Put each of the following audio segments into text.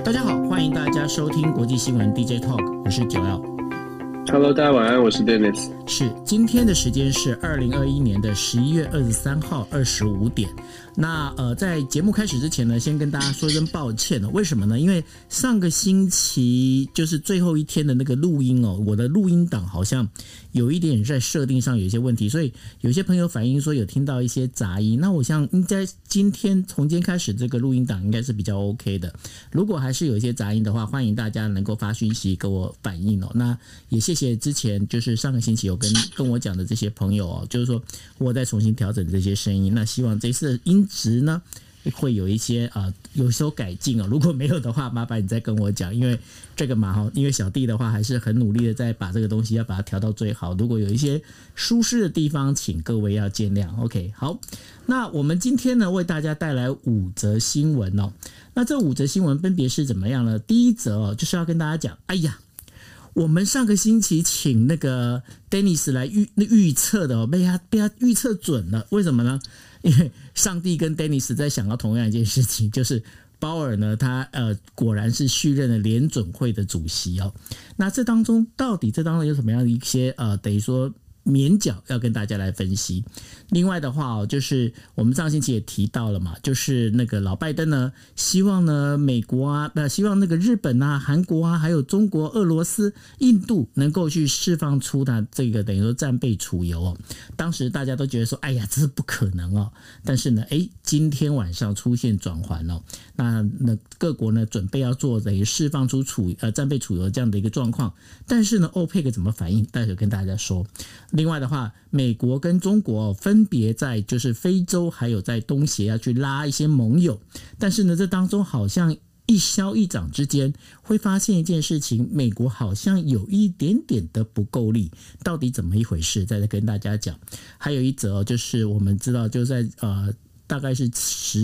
大家好，欢迎大家收听国际新闻 DJ Talk， 我是九耀。 Hello， 大家晚安，我是 Dennis。 是，今天的时间是2021年的11月23号25点。那在节目开始之前呢，先跟大家说一声抱歉哦。为什么呢？因为上个星期就是最后一天的那个录音哦，我的录音档好像有一点在设定上有一些问题，所以有些朋友反映说有听到一些杂音。那我想应该从今天开始这个录音档应该是比较 OK 的。如果还是有一些杂音的话，欢迎大家能够发讯息给我反映哦。那也谢谢之前就是上个星期有跟我讲的这些朋友哦，就是说我再重新调整这些声音。那希望这次的音质呢会有一些有所改进哦。如果没有的话，麻烦你再跟我讲，因为这个嘛因为小弟的话还是很努力的在把这个东西要把它调到最好。如果有一些疏失的地方，请各位要见谅。OK， 好，那我们今天呢为大家带来5则新闻哦。那这5则新闻分别是怎么样呢？第一则哦，就是要跟大家讲，哎呀，我们上个星期请那个 Dennis 来预测的哦，被他预测准了。为什么呢？因为上帝跟 Dennis 在想到同样一件事情，就是鲍尔呢，他果然是续任了联准会的主席哦。那这当中有什么样的一些等于说免角要跟大家来分析。另外的话就是我们上星期也提到了嘛，就是那个老拜登呢，希望呢美国啊，希望那个日本啊、韩国啊，还有中国、俄罗斯、印度能够去释放出它这个等于说战备储油哦。当时大家都觉得说，哎呀，这是不可能哦。但是呢，今天晚上出现转圜哦。那各国呢准备要做等于释放出战备储油这样的一个状况。但是呢，欧佩克怎么反应？待会跟大家说。另外的话，美国跟中国分别在就是非洲还有在东协要去拉一些盟友，但是呢，这当中好像一消一长之间会发现一件事情，美国好像有一点点的不够力，到底怎么一回事？再跟大家讲。还有一则就是我们知道就在大概是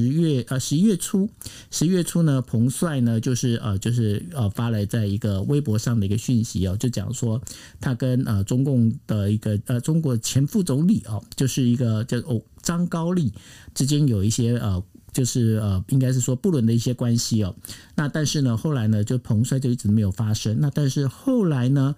11月初呢，彭帅呢就是发来在一个微博上的一个讯息哦，就讲说他跟中共的一个中国前副总理哦，就是一个叫张高丽之间有一些就是应该是说不伦的一些关系哦。那但是呢，后来呢，就彭帅就一直没有发声。那但是后来呢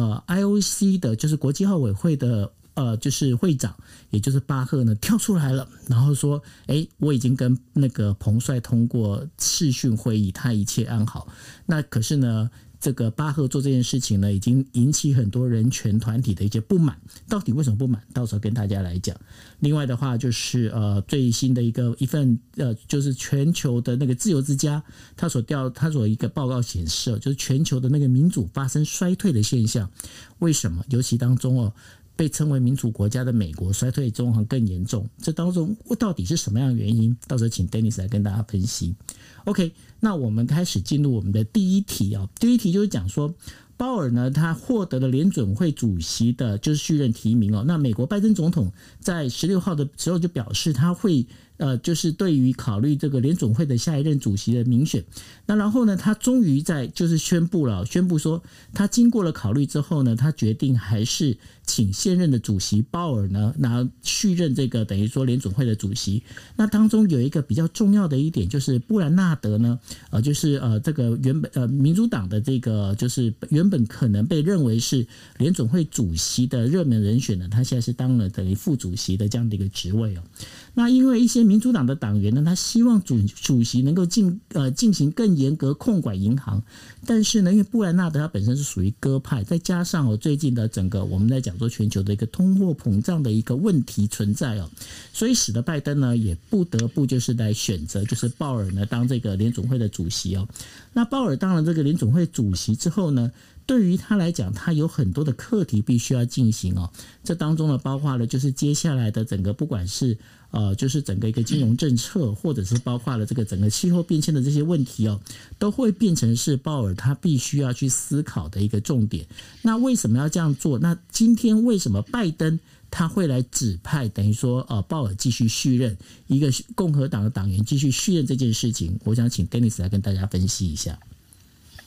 ，IOC 的就是国际奥委会的就是会长，也就是巴赫呢跳出来了，然后说，我已经跟那个彭帅通过视讯会议，他一切安好。那可是呢，这个巴赫做这件事情呢，已经引起很多人权团体的一些不满。到底为什么不满？到时候跟大家来讲。另外的话，就是最新的一份就是全球的那个自由之家，他所一个报告显示，就是全球的那个民主发生衰退的现象。为什么？尤其当中被称为民主国家的美国衰退中还更严重，这当中到底是什么样的原因？到时候请 Dennis 来跟大家分析。OK， 那我们开始进入我们的第一题哦。第一题就是讲说，鲍尔呢，他获得了联准会主席的就是续任提名哦。那美国拜登总统在16号的时候就表示，他会就是对于考虑这个联准会的下一任主席的民选。那然后呢，他终于就是宣布说，他经过了考虑之后呢，他决定还是请现任的主席鲍尔呢，然后续任这个等于说联准会的主席。那当中有一个比较重要的一点，就是布兰纳德呢，就是这个原本民主党的这个就是原本可能被认为是联准会主席的热门人选呢，他现在是当了等于副主席的这样的一个职位哦。那因为一些民主党的党员呢，他希望主席能够进行更严格控管银行，但是呢，因为布兰纳德他本身是属于鸽派，再加上最近的整个我们在讲说全球的一个通货膨胀的一个问题存在哦，所以使得拜登呢也不得不就是来选择就是鲍尔呢当这个联准会的主席哦。那鲍尔当了这个联准会主席之后呢，对于他来讲，他有很多的课题必须要进行哦。这当中呢，包括了就是接下来的整个不管是就是整个一个金融政策，或者是包括了这个整个气候变迁的这些问题哦，都会变成是鲍尔他必须要去思考的一个重点。那为什么要这样做？那今天为什么拜登他会来指派等于说鲍尔继续续任，一个共和党的党员继续续任这件事情？我想请 Dennis 来跟大家分析一下。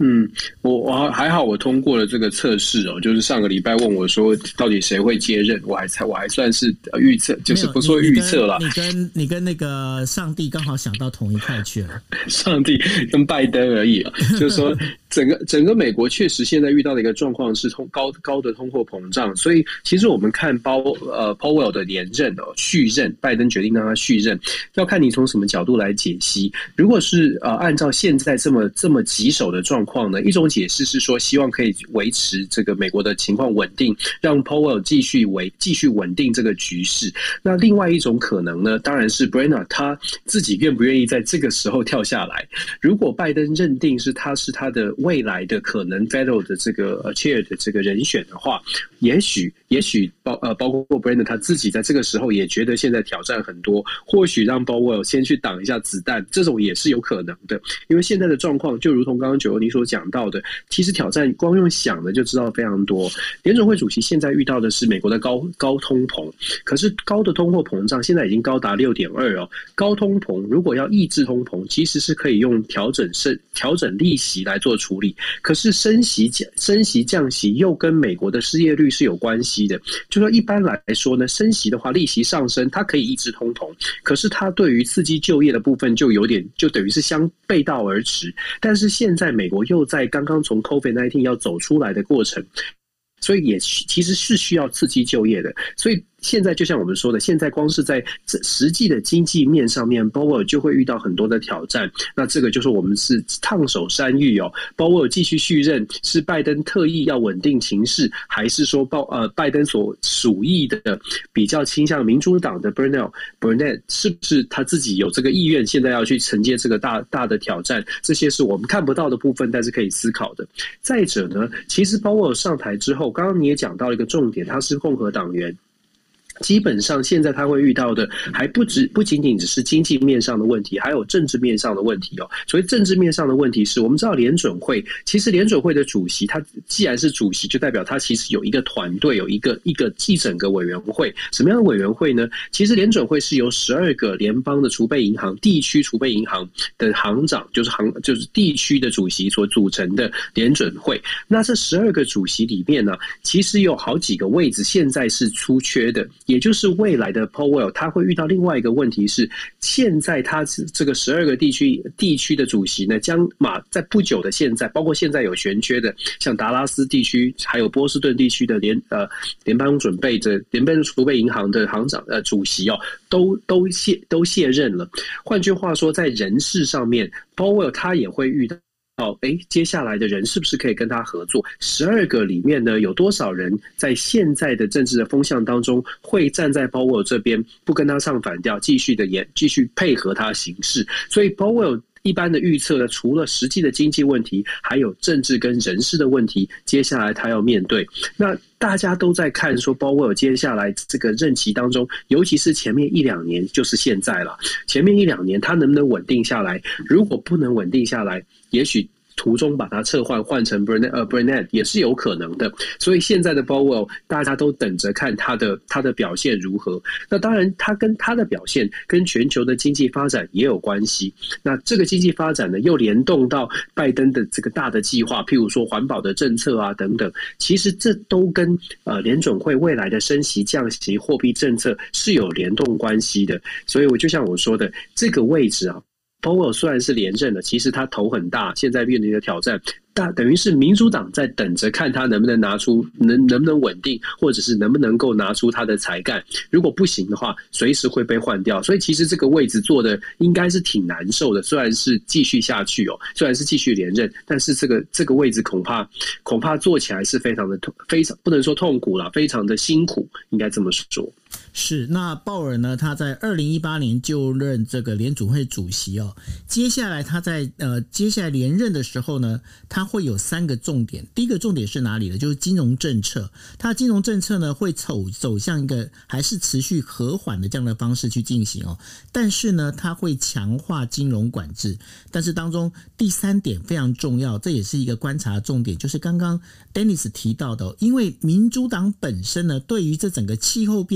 我还好，我通过了这个测试哦。就是上个礼拜问我说，到底谁会接任，我还算是预测，就是不说预测啦。 你跟那个上帝刚好想到同一块去了。 上帝跟拜登而已啊，就是说整个美国确实现在遇到的一个状况是高的通货膨胀，所以其实我们看Powell 的连任续任，拜登决定让他续任，要看你从什么角度来解析。如果是按照现在这么棘手的状况呢，一种解释是说希望可以维持这个美国的情况稳定，让 Powell 继续稳定这个局势。那另外一种可能呢，当然是 Brenner 他自己愿不愿意在这个时候跳下来。如果拜登认定他是他的未来的可能 Federal 的这个chair 的这个人选的话，也许包括 Brenner 他自己在这个时候也觉得现在挑战很多，或许让 Powell 先去挡一下子弹，这种也是有可能的。因为现在的状况就如同刚刚九欧尼所讲到的，其实挑战光用想的就知道非常多。联准会主席现在遇到的是美国的高通膨，可是高的通货膨胀现在已经高达 6.2 哦。高通膨如果要抑制通膨，其实是可以用调整利息来做处理，可是升息降息又跟美国的失业率是有关系的。就说一般来说呢，升息的话利息上升它可以抑制通膨，可是它对于刺激就业的部分就等于是相背道而驰。但是现在美国又在刚刚从 COVID-19 要走出来的过程，所以也其实是需要刺激就业的。所以现在就像我们说的，现在光是在实际的经济面上面 Powell 就会遇到很多的挑战。那这个就是我们是烫手山芋哦。Powell 继续续任，是拜登特意要稳定情势，还是说拜登所属意的比较倾向民主党的 Burnett 是不是他自己有这个意愿，现在要去承接这个大的挑战？这些是我们看不到的部分，但是可以思考的。再者呢，其实Powell上台之后，刚刚你也讲到一个重点，他是共和党员。基本上现在他会遇到的还不仅仅只是经济面上的问题，还有政治面上的问题哦。所以政治面上的问题是我们知道联准会，其实联准会的主席他既然是主席，就代表他其实有一个团队，有一整个委员会。什么样的委员会呢？其实联准会是由12个联邦的储备银行、地区储备银行的行长，就是地区的主席所组成的联准会。那这12个主席里面呢，其实有好几个位置现在是出缺的。也就是未来的 Powell 他会遇到另外一个问题是，现在他这个12个地区的主席呢，将在不久的现在，包括现在有悬缺的，像达拉斯地区还有波士顿地区的联邦储备银行的行长主席哦，都卸任了。换句话说，在人事上面 Powell 他也会遇到接下来的人是不是可以跟他合作？12个里面呢，有多少人在现在的政治的风向当中会站在Powell这边，不跟他唱反调，继续配合他行事？所以Powell一般的预测呢，除了实际的经济问题，还有政治跟人事的问题，接下来他要面对。那大家都在看说Powell接下来这个任期当中，尤其是前面1-2年，就是现在了，前面1-2年他能不能稳定下来？如果不能稳定下来，也许途中把它换成 Burnett 也是有可能的。所以现在的 Powell 大家都等着看他的表现如何。那当然他的表现跟全球的经济发展也有关系。那这个经济发展呢，又联动到拜登的这个大的计划，譬如说环保的政策啊等等，其实这都跟联准会未来的升息降息货币政策是有联动关系的。所以就像我说的，这个位置啊，Powell 虽然是连任了，其实他头很大，现在面临的挑战，等于是民主党在等着看他能不能能不能稳定，或者是能不能够拿出他的才干。如果不行的话，随时会被换掉。所以其实这个位置做的应该是挺难受的。虽然是继续下去哦，虽然是继续连任，但是这个位置恐怕做起来是非常不能说痛苦啦，非常的辛苦，应该这么说。 是，那鲍尔呢？他在2018年就任这个联准会主席哦。接下来他在接下来连任的时候呢，他会有3个重点。第一个重点是哪里呢？就是金融政策。他的金融政策呢，会走向一个还是持续和缓的这样的方式去进行哦。但是呢，他会强化金融管制。但是当中第3点非常重要，这也是一个观察重点，就是刚刚 Dennis 提到的因为民主党本身呢，对于这整个气候变迁这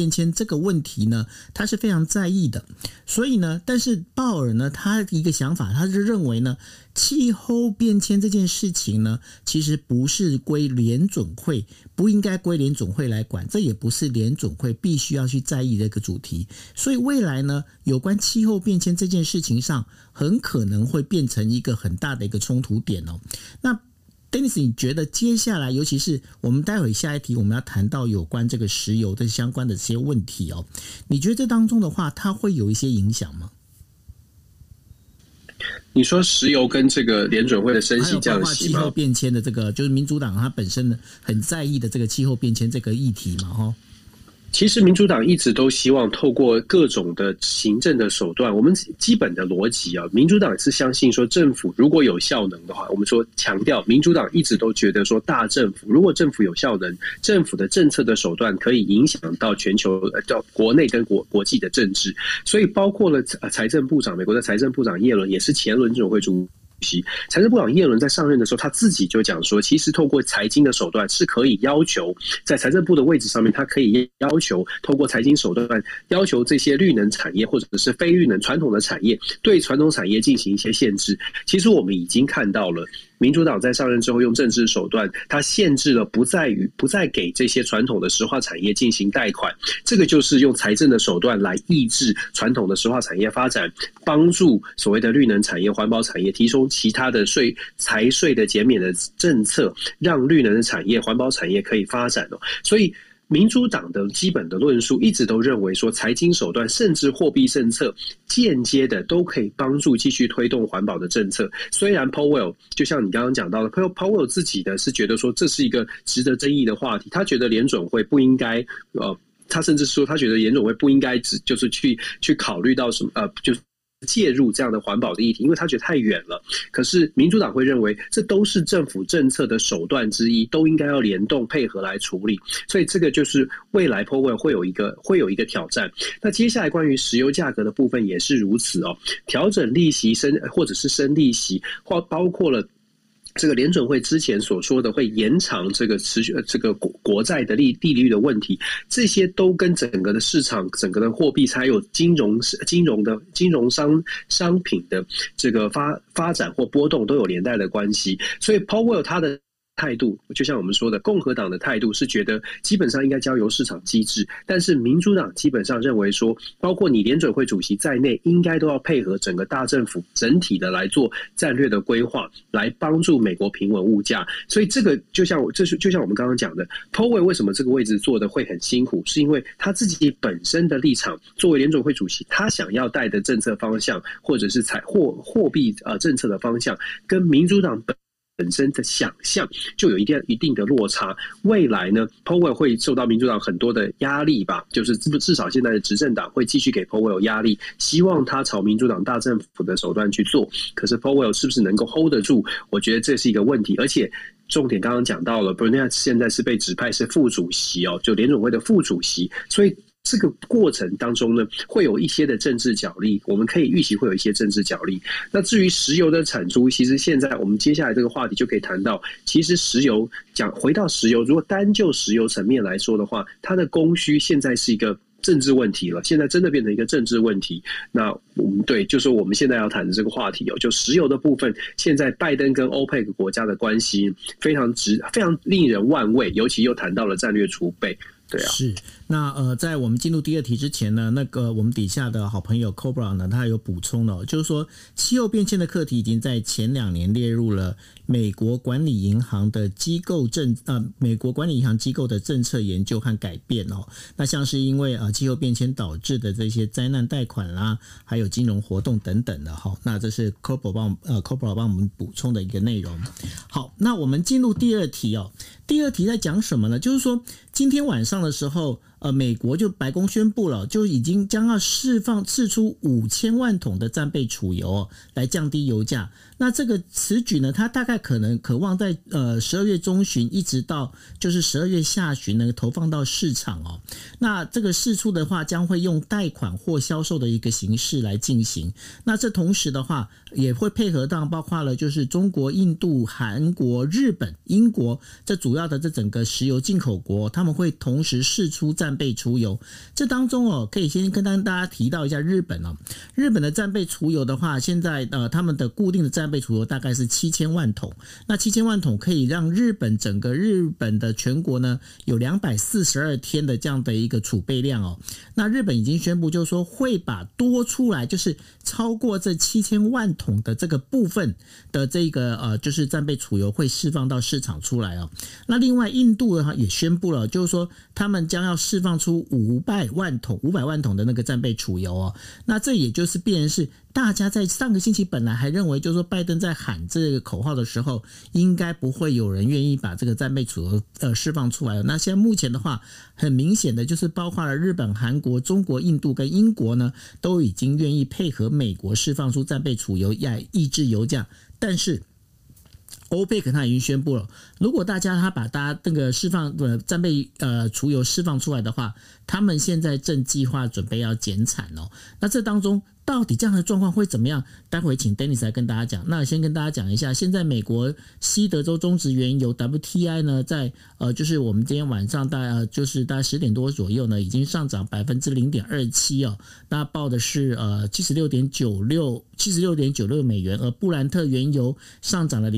个问题呢，他是非常在意的。所以呢，但是鲍尔呢，他一个想法，他是认为呢，气候变迁这件事情呢，其实不是归联准会，不应该归联准会来管，这也不是联准会必须要去在意的一个主题。所以未来呢，有关气候变迁这件事情上，很可能会变成一个很大的一个冲突点哦。那Dennis， 你觉得接下来，尤其是我们待会下一题我们要谈到有关这个石油的相关的这些问题哦，你觉得这当中的话，它会有一些影响吗？ 你说石油跟这个联准会的升息降息吗？ 气候变迁的这个，就是民主党他本身很在意的这个气候变迁这个议题嘛，哈。 其实民主党一直都希望透过各种的行政的手段，我们基本的逻辑啊，民主党是相信说政府如果有效能的话，我们说强调民主党一直都觉得说大政府，如果政府有效能，政府的政策的手段可以影响到全球到国内跟国际的政治，所以包括了财政部长，美国的财政部长耶伦也是前联准会主席，财政部长耶伦在上任的时候，他自己就讲说，其实透过财经的手段是可以要求在财政部的位置上面，他可以要求透过财经手段要求这些绿能产业或者是非绿能传统的产业对传统产业进行一些限制。其实我们已经看到了。民主党在上任之后用政治手段，它限制了不再给这些传统的石化产业进行贷款，这个就是用财政的手段来抑制传统的石化产业发展，帮助所谓的绿能产业、环保产业提供其他的财税的减免的政策，让绿能的产业、环保产业可以发展哦。所以民主党的基本的论述一直都认为说，财经手段甚至货币政策间接的都可以帮助继续推动环保的政策。虽然 Powell 就像你刚刚讲到的 Powell 自己的是觉得说这是一个值得争议的话题，他觉得联准会不应该他甚至说他觉得联准会不应该就是去考虑到什么就是介入这样的环保的议题，因为他觉得太远了。可是民主党会认为这都是政府政策的手段之一，都应该要联动配合来处理。所以这个就是未来 Powell 会有一个挑战。那接下来关于石油价格的部分也是如此哦，调整利息或者是升利息，或包括了。这个联准会之前所说的会延长这个国债的利率的问题，这些都跟整个的市场、整个的货币还有金融商品的这个发展或波动都有连带的关系。所以 Powell 他的态度，就像我们说的，共和党的态度是觉得基本上应该交由市场机制，但是民主党基本上认为说，包括你联准会主席在内，应该都要配合整个大政府整体的来做战略的规划，来帮助美国平稳物价。所以这个就像我们刚刚讲的 ，Powell 为什么这个位置做的会很辛苦，是因为他自己本身的立场，作为联准会主席，他想要带的政策方向，或者是货币政策的方向，跟民主党本身的想象就有一定的落差。未来呢 Powell 会受到民主党很多的压力吧，就是至少现在的执政党会继续给 Powell 压力，希望他朝民主党大政府的手段去做。可是 Powell 是不是能够 hold 得住，我觉得这是一个问题。而且重点刚刚讲到了 Bernanke 现在是被指派是副主席就联准会的副主席，所以这个过程当中呢，会有一些的政治角力，我们可以预期会有一些政治角力。那至于石油的产出，其实现在我们接下来这个话题就可以谈到，其实石油回到石油，如果单就石油层面来说的话，它的供需现在是一个政治问题了，现在真的变成一个政治问题。那我们就是我们现在要谈的这个话题就石油的部分，现在拜登跟欧佩克国家的关系非常令人玩味，尤其又谈到了战略储备。对啊， 是。那在我们进入第二题之前呢，那个我们底下的好朋友 Cobra 呢，他有补充了，就是说气候变迁的课题已经在前2年列入了美国管理银行的美国管理银行机构的政策研究和改变哦。那像是因为气候变迁导致的这些灾难贷款啦，还有金融活动等等的哈。那这是 Cobra 帮我们补充的一个内容。好，那我们进入第二题哦。第二题在讲什么呢？就是说今天晚上的时候。美国就白宫宣布了，就已经将要释出5000万桶的战备储油来降低油价。那这个此举呢，它大概渴望在12月中旬一直到就是12月下旬呢投放到市场哦。那这个释出的话，将会用贷款或销售的一个形式来进行。那这同时的话，也会配合到包括了就是中国、印度、韩国、日本、英国这主要的这整个石油进口国，他们会同时释出战战备储油。这当中可以先跟大家提到一下日本日本的战备储油的话，现在他们的固定的战备储油大概是7000万桶。那7000万桶可以让整个日本的全国呢有242天的这样的一个储备量那日本已经宣布就是说会把多出来就是超过这7000万桶的这个部分的这个就是战备储油会释放到市场出来那另外印度的话也宣布了，就是说他们将要释放出500万桶的那个战备储油那这也就是变成是大家在上个星期本来还认为就是说拜登在喊这个口号的时候应该不会有人愿意把这个战备储油释放出来那现在目前的话很明显的就是包括了日本、韩国、中国、印度跟英国呢都已经愿意配合美国释放出战备储油来抑制油价。但是OPEC 他已经宣布了，如果大家把大家那个释放战备储油释放出来的话，他们现在正计划准备要减产那这当中到底这样的状况会怎么样？待会请 Dennis 来跟大家讲。那先跟大家讲一下，现在美国西德州中质原油 WTI 呢，在就是我们今天晚上就是大概10点多左右呢，已经上涨 0.27%那报的是76.96美元，而布兰特原油上涨了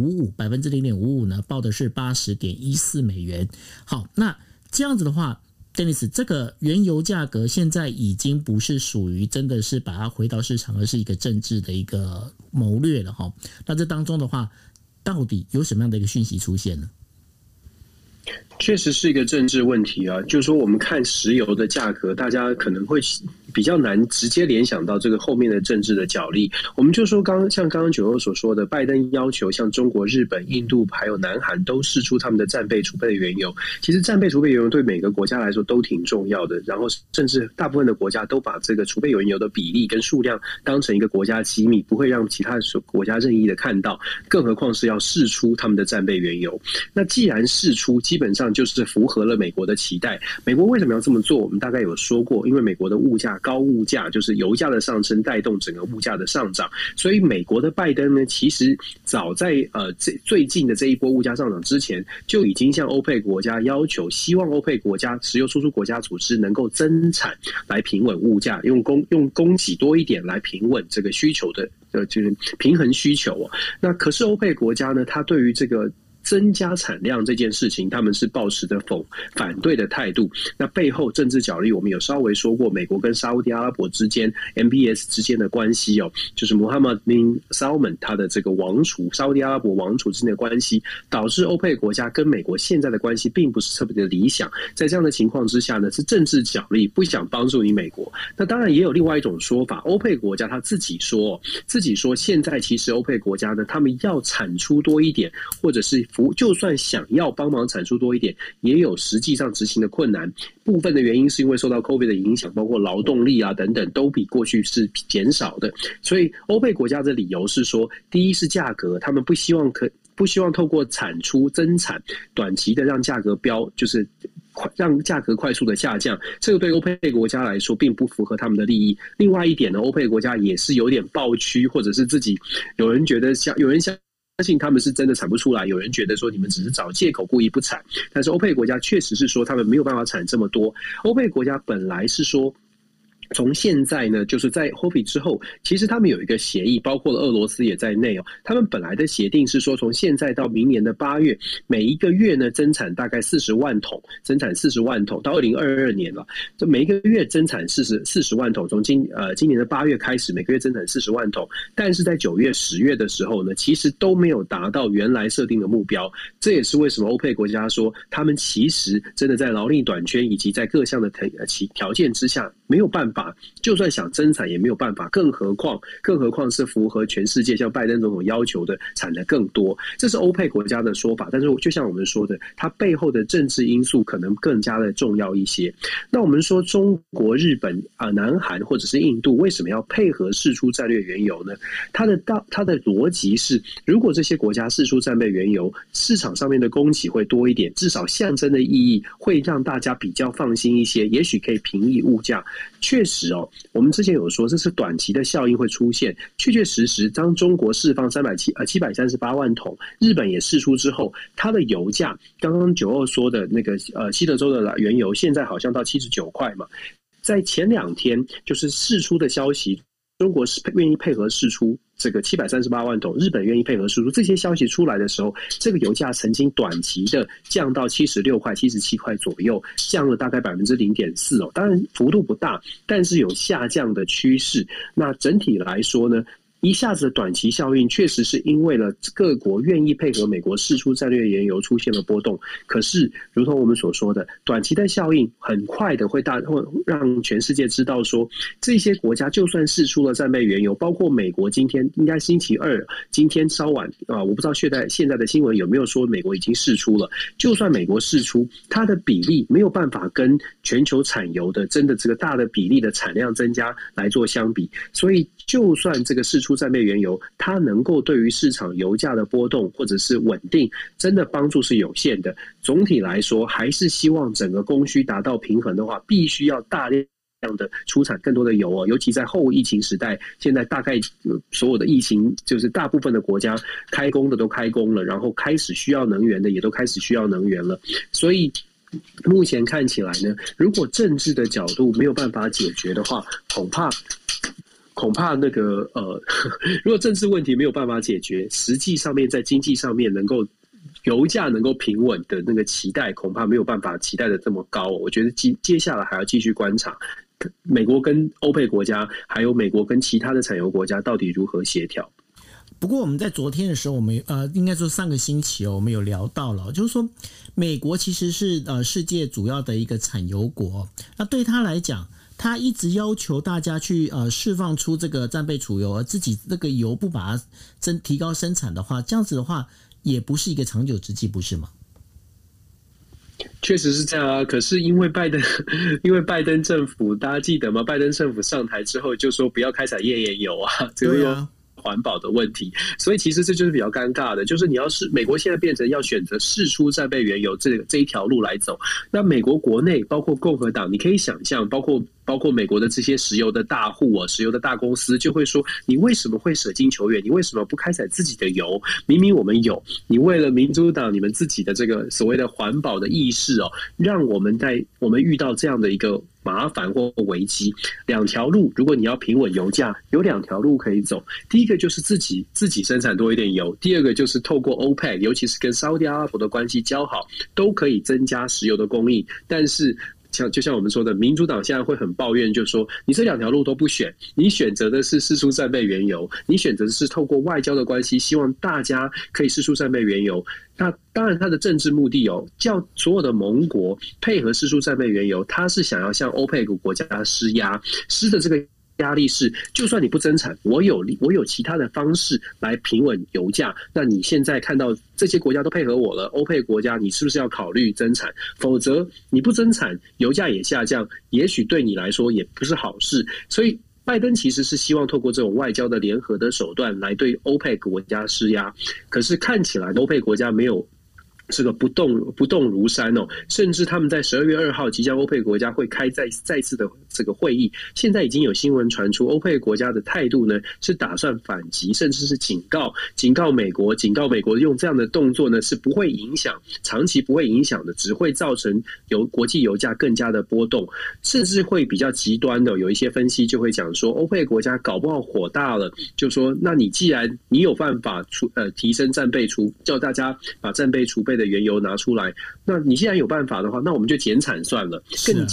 0.55% 呢，报的是 80.14美元。好，那这样子的话Dennis， 这个原油价格现在已经不是属于真的是把它回到市场，而是一个政治的一个谋略了那这当中的话，到底有什么样的一个讯息出现呢？ 确实是一个政治问题就是说我们看石油的价格，大家可能会比较难直接联想到这个后面的政治的角力。我们就说像刚刚9号所说的，拜登要求像中国、日本、印度还有南韩都释出他们的战备储备的原油。其实战备储备原油对每个国家来说都挺重要的，然后甚至大部分的国家都把这个储备原油的比例跟数量当成一个国家机密，不会让其他国家任意的看到，更何况是要释出他们的战备原油。那既然释出，基本上就是符合了美国的期待。美国为什么要这么做？我们大概有说过，因为美国的高物价就是油价的上升带动整个物价的上涨，所以美国的拜登呢，其实早在最近的这一波物价上涨之前，就已经向欧佩国家要求，希望欧佩国家石油输出国家组织能够增产来平稳物价，用供给多一点来平稳这个需求的就是平衡需求那可是欧佩国家呢，他对于这个增加产量这件事情，他们是抱持的反对的态度。那背后政治角力，我们有稍微说过，美国跟沙烏地阿拉伯之间 MBS 之间的关系就是穆罕默德 bin Salman 他的这个王储，沙烏地阿拉伯王储之间的关系，导致欧佩国家跟美国现在的关系并不是特别的理想。在这样的情况之下呢，是政治角力，不想帮助你美国。那当然也有另外一种说法，欧佩国家他自己说现在其实欧佩国家呢，他们要产出多一点，或者是就算想要帮忙产出多一点，也有实际上执行的困难。部分的原因是因为受到 COVID 的影响，包括劳动力等等都比过去是减少的。所以欧佩国家的理由是说，第一是价格，他们不希望透过产出增产短期的让价格就是让价格快速的下降，这个对欧佩国家来说并不符合他们的利益。另外一点呢，欧佩国家也是有点抱屈，或者是自己有人相信他们是真的产不出来，有人觉得说你们只是找借口故意不产，但是欧佩国家确实是说他们没有办法产这么多。欧佩国家本来是说从现在呢，就是在 OPEC 之后，其实他们有一个协议，包括了俄罗斯也在内他们本来的协定是说，从现在到明年的8月，每一个月呢增产大概40万桶，到2022年了，就每一个月增产40万桶。从今年的8月开始，每个月增产40万桶，但是在9月、10月的时候呢，其实都没有达到原来设定的目标。这也是为什么欧佩国家说，他们其实真的在劳力短缺以及在各项的条件之下，没有办法，就算想增产也没有办法，更何况是符合全世界像拜登总统要求的产的更多。这是欧佩国家的说法，但是就像我们说的，它背后的政治因素可能更加的重要一些。那我们说中国、日本南韩或者是印度为什么要配合释出战略原油呢？它的逻辑是，如果这些国家释出战备原油，市场上面的供给会多一点，至少象征的意义会让大家比较放心一些，也许可以平抑物价。确实我们之前有说这是短期的效应会出现，确确实实当中国释放738万桶，日本也释出之后，它的油价刚刚9号说的那个西德州的原油现在好像到79块嘛，在前2天就是释出的消息，中国是愿意配合释出这个738万桶，日本愿意配合释出，这些消息出来的时候，这个油价曾经短期的降到76块、77块左右，降了大概0.4%当然幅度不大，但是有下降的趋势。那整体来说呢，一下子的短期效应确实是因为了各国愿意配合美国释出战略原油出现了波动，可是如同我们所说的，短期的效应很快的会让全世界知道说，这些国家就算释出了战备原油，包括美国今天应该星期二，今天稍晚我不知道现在的新闻有没有说美国已经释出了，就算美国释出，它的比例没有办法跟全球产油的真的这个大的比例的产量增加来做相比，所以就算这个释出战备原油，它能够对于市场油价的波动或者是稳定，真的帮助是有限的。总体来说，还是希望整个供需达到平衡的话，必须要大量的出产更多的油尤其在后疫情时代，现在大概所有的疫情就是大部分的国家开工的都开工了，然后开始需要能源的也都开始需要能源了，所以目前看起来呢，如果政治的角度没有办法解决的话，恐怕那个如果政治问题没有办法解决，实际上面在经济上面油价能够平稳的那个期待，恐怕没有办法期待的这么高。我觉得接下来还要继续观察美国跟欧佩国家，还有美国跟其他的产油国家到底如何协调。 不过我们在昨天的时候，我们应该说上个星期我们有聊到了，就是说美国其实是世界主要的一个产油国，那对他来讲，他一直要求大家去释放出这个战备储油，而自己这个油不把它提高生产的话，这样子的话也不是一个长久之计，不是吗？ 确实是这样啊，可是因为拜登政府，大家记得吗？拜登政府上台之后就说不要开采页岩油啊，这个环保的问题，所以其实这就是比较尴尬的，就是美国现在变成要选择释出战备原油这一条路来走，那美国国内包括共和党，你可以想象，包括美国的这些石油的大户石油的大公司就会说，你为什么会舍近求远？你为什么不开采自己的油？明明我们有，你为了民主党你们自己的这个所谓的环保的意识让我们遇到这样的一个麻烦或危机。两条路，如果你要平稳油价，有2条路可以走。第一个就是自己生产多一点油，第二个就是透过 OPEC， 尤其是跟沙特阿拉伯的关系交好，都可以增加石油的供应。但是就像我们说的，民主党现在会很抱怨，就是说你这2条路都不选，你选择的是释出战备原油，你选择的是透过外交的关系，希望大家可以释出战备原油。那当然，他的政治目的叫所有的盟国配合释出战备原油，他是想要向欧佩克国家施压，施的这个压力是，就算你不增产，我有其他的方式来平稳油价。那你现在看到这些国家都配合我了，欧佩国家你是不是要考虑增产？否则你不增产，油价也下降，也许对你来说也不是好事。所以拜登其实是希望透过这种外交的联合的手段来对欧佩国家施压，可是看起来欧佩国家没有这个不动如山甚至他们在12月2号即将欧佩国家会开再次的这个会议，现在已经有新闻传出，欧佩国家的态度呢是打算反击，甚至是警告美国用这样的动作呢是不会影响，长期不会影响的，只会造成国际油价更加的波动，甚至会比较极端的。有一些分析就会讲说，欧佩国家搞不好火大了，就说那你既然你有办法提升战备叫大家把战备储备的原油拿出来，那你既然有办法的话，那我们就减产算了，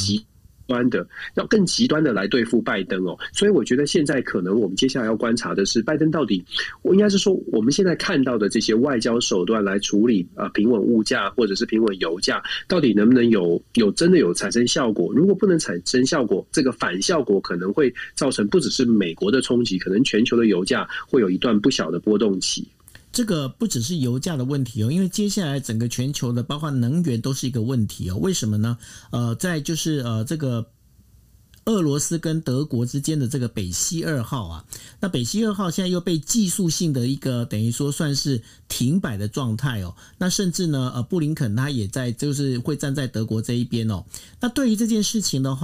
更极端的来对付拜登所以我觉得现在可能我们接下来要观察的是，拜登到底，我应该是说我们现在看到的这些外交手段来处理平稳物价或者是平稳油价，到底能不能真的有产生效果？如果不能产生效果，这个反效果可能会造成不只是美国的冲击，可能全球的油价会有一段不小的波动期。 这个不只是油价的问题因为接下来整个全球的包括能源都是一个问题为什么呢？在就是这个俄罗斯跟德国之间的这个北溪2号那北溪2号现在又被技术性的一个等于说算是停摆的状态那甚至呢布林肯他也在就是会站在德国这一边那对于这件事情的话，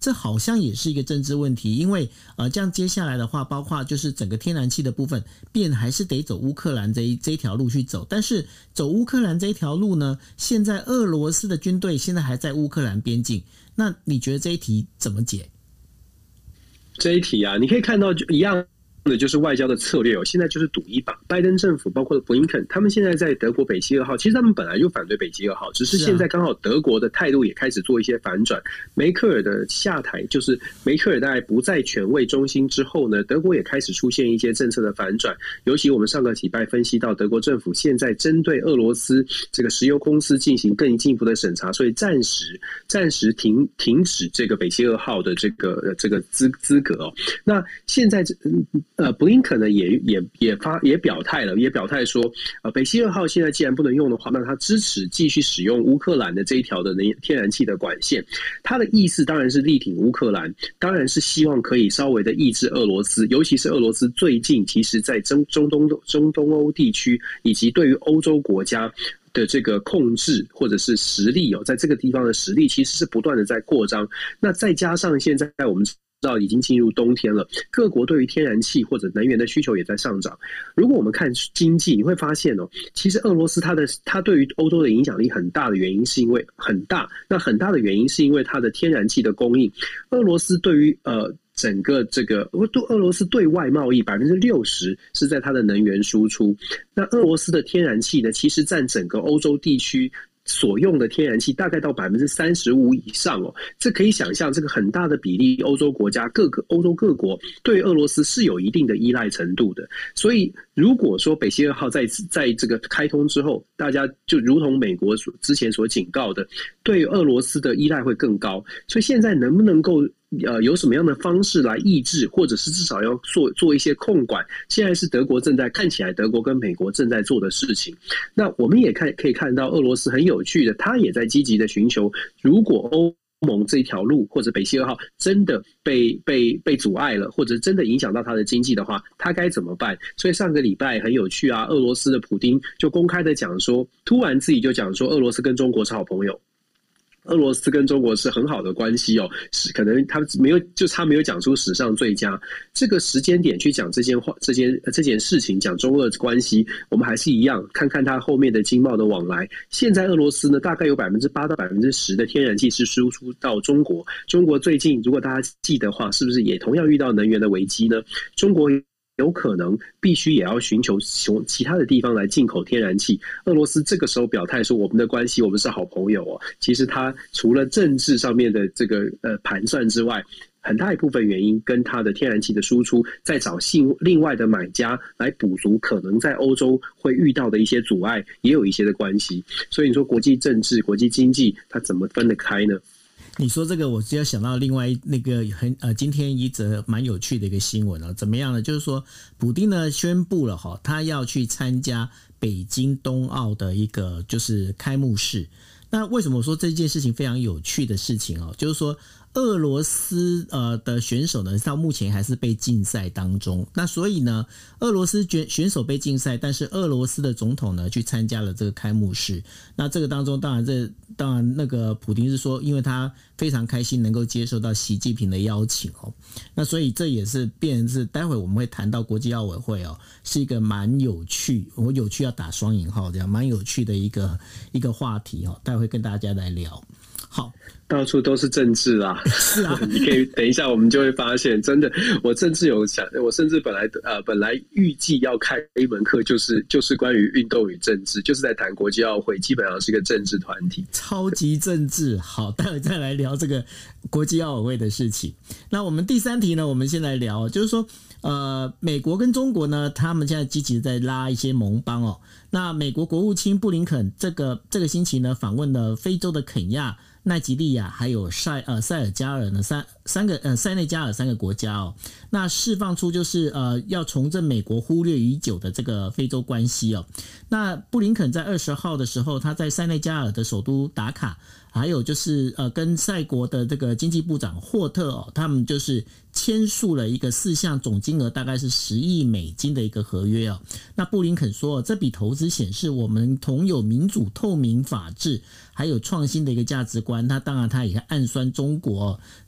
这好像也是一个政治问题，因为这样接下来的话，包括就是整个天然气的部分，还是得走乌克兰这一条路去走。但是走乌克兰这一条路呢，现在俄罗斯的军队现在还在乌克兰边境，那你觉得这一题怎么解？ 这一题啊，你可以看到就一样的，就是外交的策略现在就是赌一把。拜登政府包括布林肯，他们现在在德国北溪2号，其实他们本来就反对北溪2号，只是现在刚好德国的态度也开始做一些反转。梅克尔的下台，就是梅克尔大概不在权位中心之后呢，德国也开始出现一些政策的反转。尤其我们上个礼拜分析到，德国政府现在针对俄罗斯这个石油公司进行更进一步的审查，所以暂时停止这个北溪2号的这个资格那现在布林肯呢也表态了，也表态说，北溪2号现在既然不能用的话，那他支持继续使用乌克兰的这一条的天然气的管线。他的意思当然是力挺乌克兰，当然是希望可以稍微的抑制俄罗斯，尤其是俄罗斯最近其实在中东欧地区以及对于欧洲国家的这个控制或者是实力在这个地方的实力其实是不断的在扩张。那再加上现在我们知道已经进入冬天了，各国对于天然气或者能源的需求也在上涨。如果我们看经济，你会发现其实俄罗斯它对于欧洲的影响力很大的原因是因为很大的原因是因为它的天然气的供应。俄罗斯对于整个俄罗斯对外贸易60%是在它的能源输出。那俄罗斯的天然气呢，其实占整个欧洲地区所用的天然气大概到35%以上这可以想象，这个很大的比例，欧洲国家欧洲各国对俄罗斯是有一定的依赖程度的。所以如果说北溪2号在这个开通之后，大家就如同美国之前所警告的，对俄罗斯的依赖会更高。所以现在能不能够有什么样的方式来抑制，或者是至少要做一些控管，现在是德国看起来德国跟美国正在做的事情。那我们也可以看到俄罗斯很有趣的，他也在积极的寻求，如果欧盟这条路或者北溪2号真的被阻碍了，或者真的影响到他的经济的话，他该怎么办？所以上个礼拜很有趣啊，俄罗斯的普丁就公开的讲说，突然自己就讲说俄罗斯跟中国是好朋友，俄罗斯跟中国是很好的关系是可能他没有讲出史上最佳这个时间点去讲这件事情，讲中俄关系，我们还是一样看看它后面的经贸的往来。现在俄罗斯呢，大概有8%到10%的天然气是输出到中国。中国最近如果大家记得的话，是不是也同样遇到能源的危机呢？中国有可能必须也要寻求从其他的地方来进口天然气。俄罗斯这个时候表态说，我们的关系，我们是好朋友其实他除了政治上面的这个盘算之外，很大一部分原因跟他的天然气的输出，再找另外的买家来补足可能在欧洲会遇到的一些阻碍，也有一些的关系。所以你说国际政治、国际经济，它怎么分得开呢？ 你说这个，我就要想到另外那个今天一则蛮有趣的一个新闻怎么样呢？就是说，普丁呢宣布了他要去参加北京冬奥的一个就是开幕式。那为什么说这件事情非常有趣的事情就是说，俄罗斯的选手呢，到目前还是被禁赛当中。那所以呢，俄罗斯选手被禁赛，但是俄罗斯的总统呢去参加了这个开幕式。那这个当中，当然那个普丁是说，因为他非常开心能够接受到习近平的邀请那所以这也是变成是待会我们会谈到国际奥委会是一个蛮有趣，我有趣要打双引号这样蛮有趣的一个话题待会会跟大家来聊。好， 到处都是政治啊！ 是啊， 你可以等一下，我们就会发现，真的，我甚至本来预计要开一门课，就是关于运动与政治，就是在谈国际奥会，基本上是一个政治团体， 超级政治。好，待会再来聊这个国际奥委会的事情。那我们第三题呢，我们先来聊，就是说，美国跟中国呢，他们现在积极在拉一些盟邦那美国国务卿布林肯这个星期呢，访问了非洲的肯亚、奈及利亚还有塞尔加尔呢塞内加尔3个国家那释放出就是要重振美国忽略已久的这个非洲关系那布林肯在20号的时候，他在塞内加尔的首都达卡，还有就是跟塞国的这个经济部长霍特他们就是签署了一个4项总金额大概是10亿美金的一个合约那布林肯说，这笔投资显示我们同有民主、透明、法治还有创新的一个价值观。他当然他也暗酸中国他说中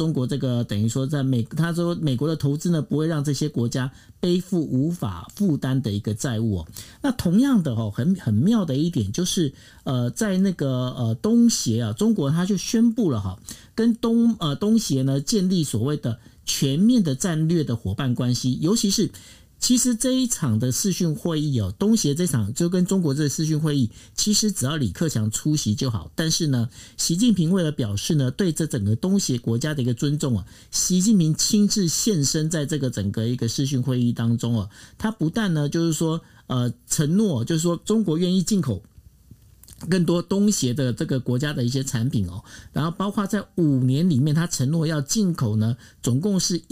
中国这个等于说他说美国的投资呢不会让这些国家背负无法负担的一个债务。那同样的很妙的一点就是在那个东协啊，中国他就宣布了跟东协呢建立所谓的全面的战略的伙伴关系，尤其是其实这一场的视讯会议东协这场就跟中国这个视讯会议，其实只要李克强出席就好。但是呢，习近平为了表示呢对这整个东协国家的一个尊重习近平亲自现身在这个整个一个视讯会议当中他不但呢就是说承诺，就是说中国愿意进口更多东协的这个国家的一些产品然后包括在5年里面，他承诺要进口呢，总共是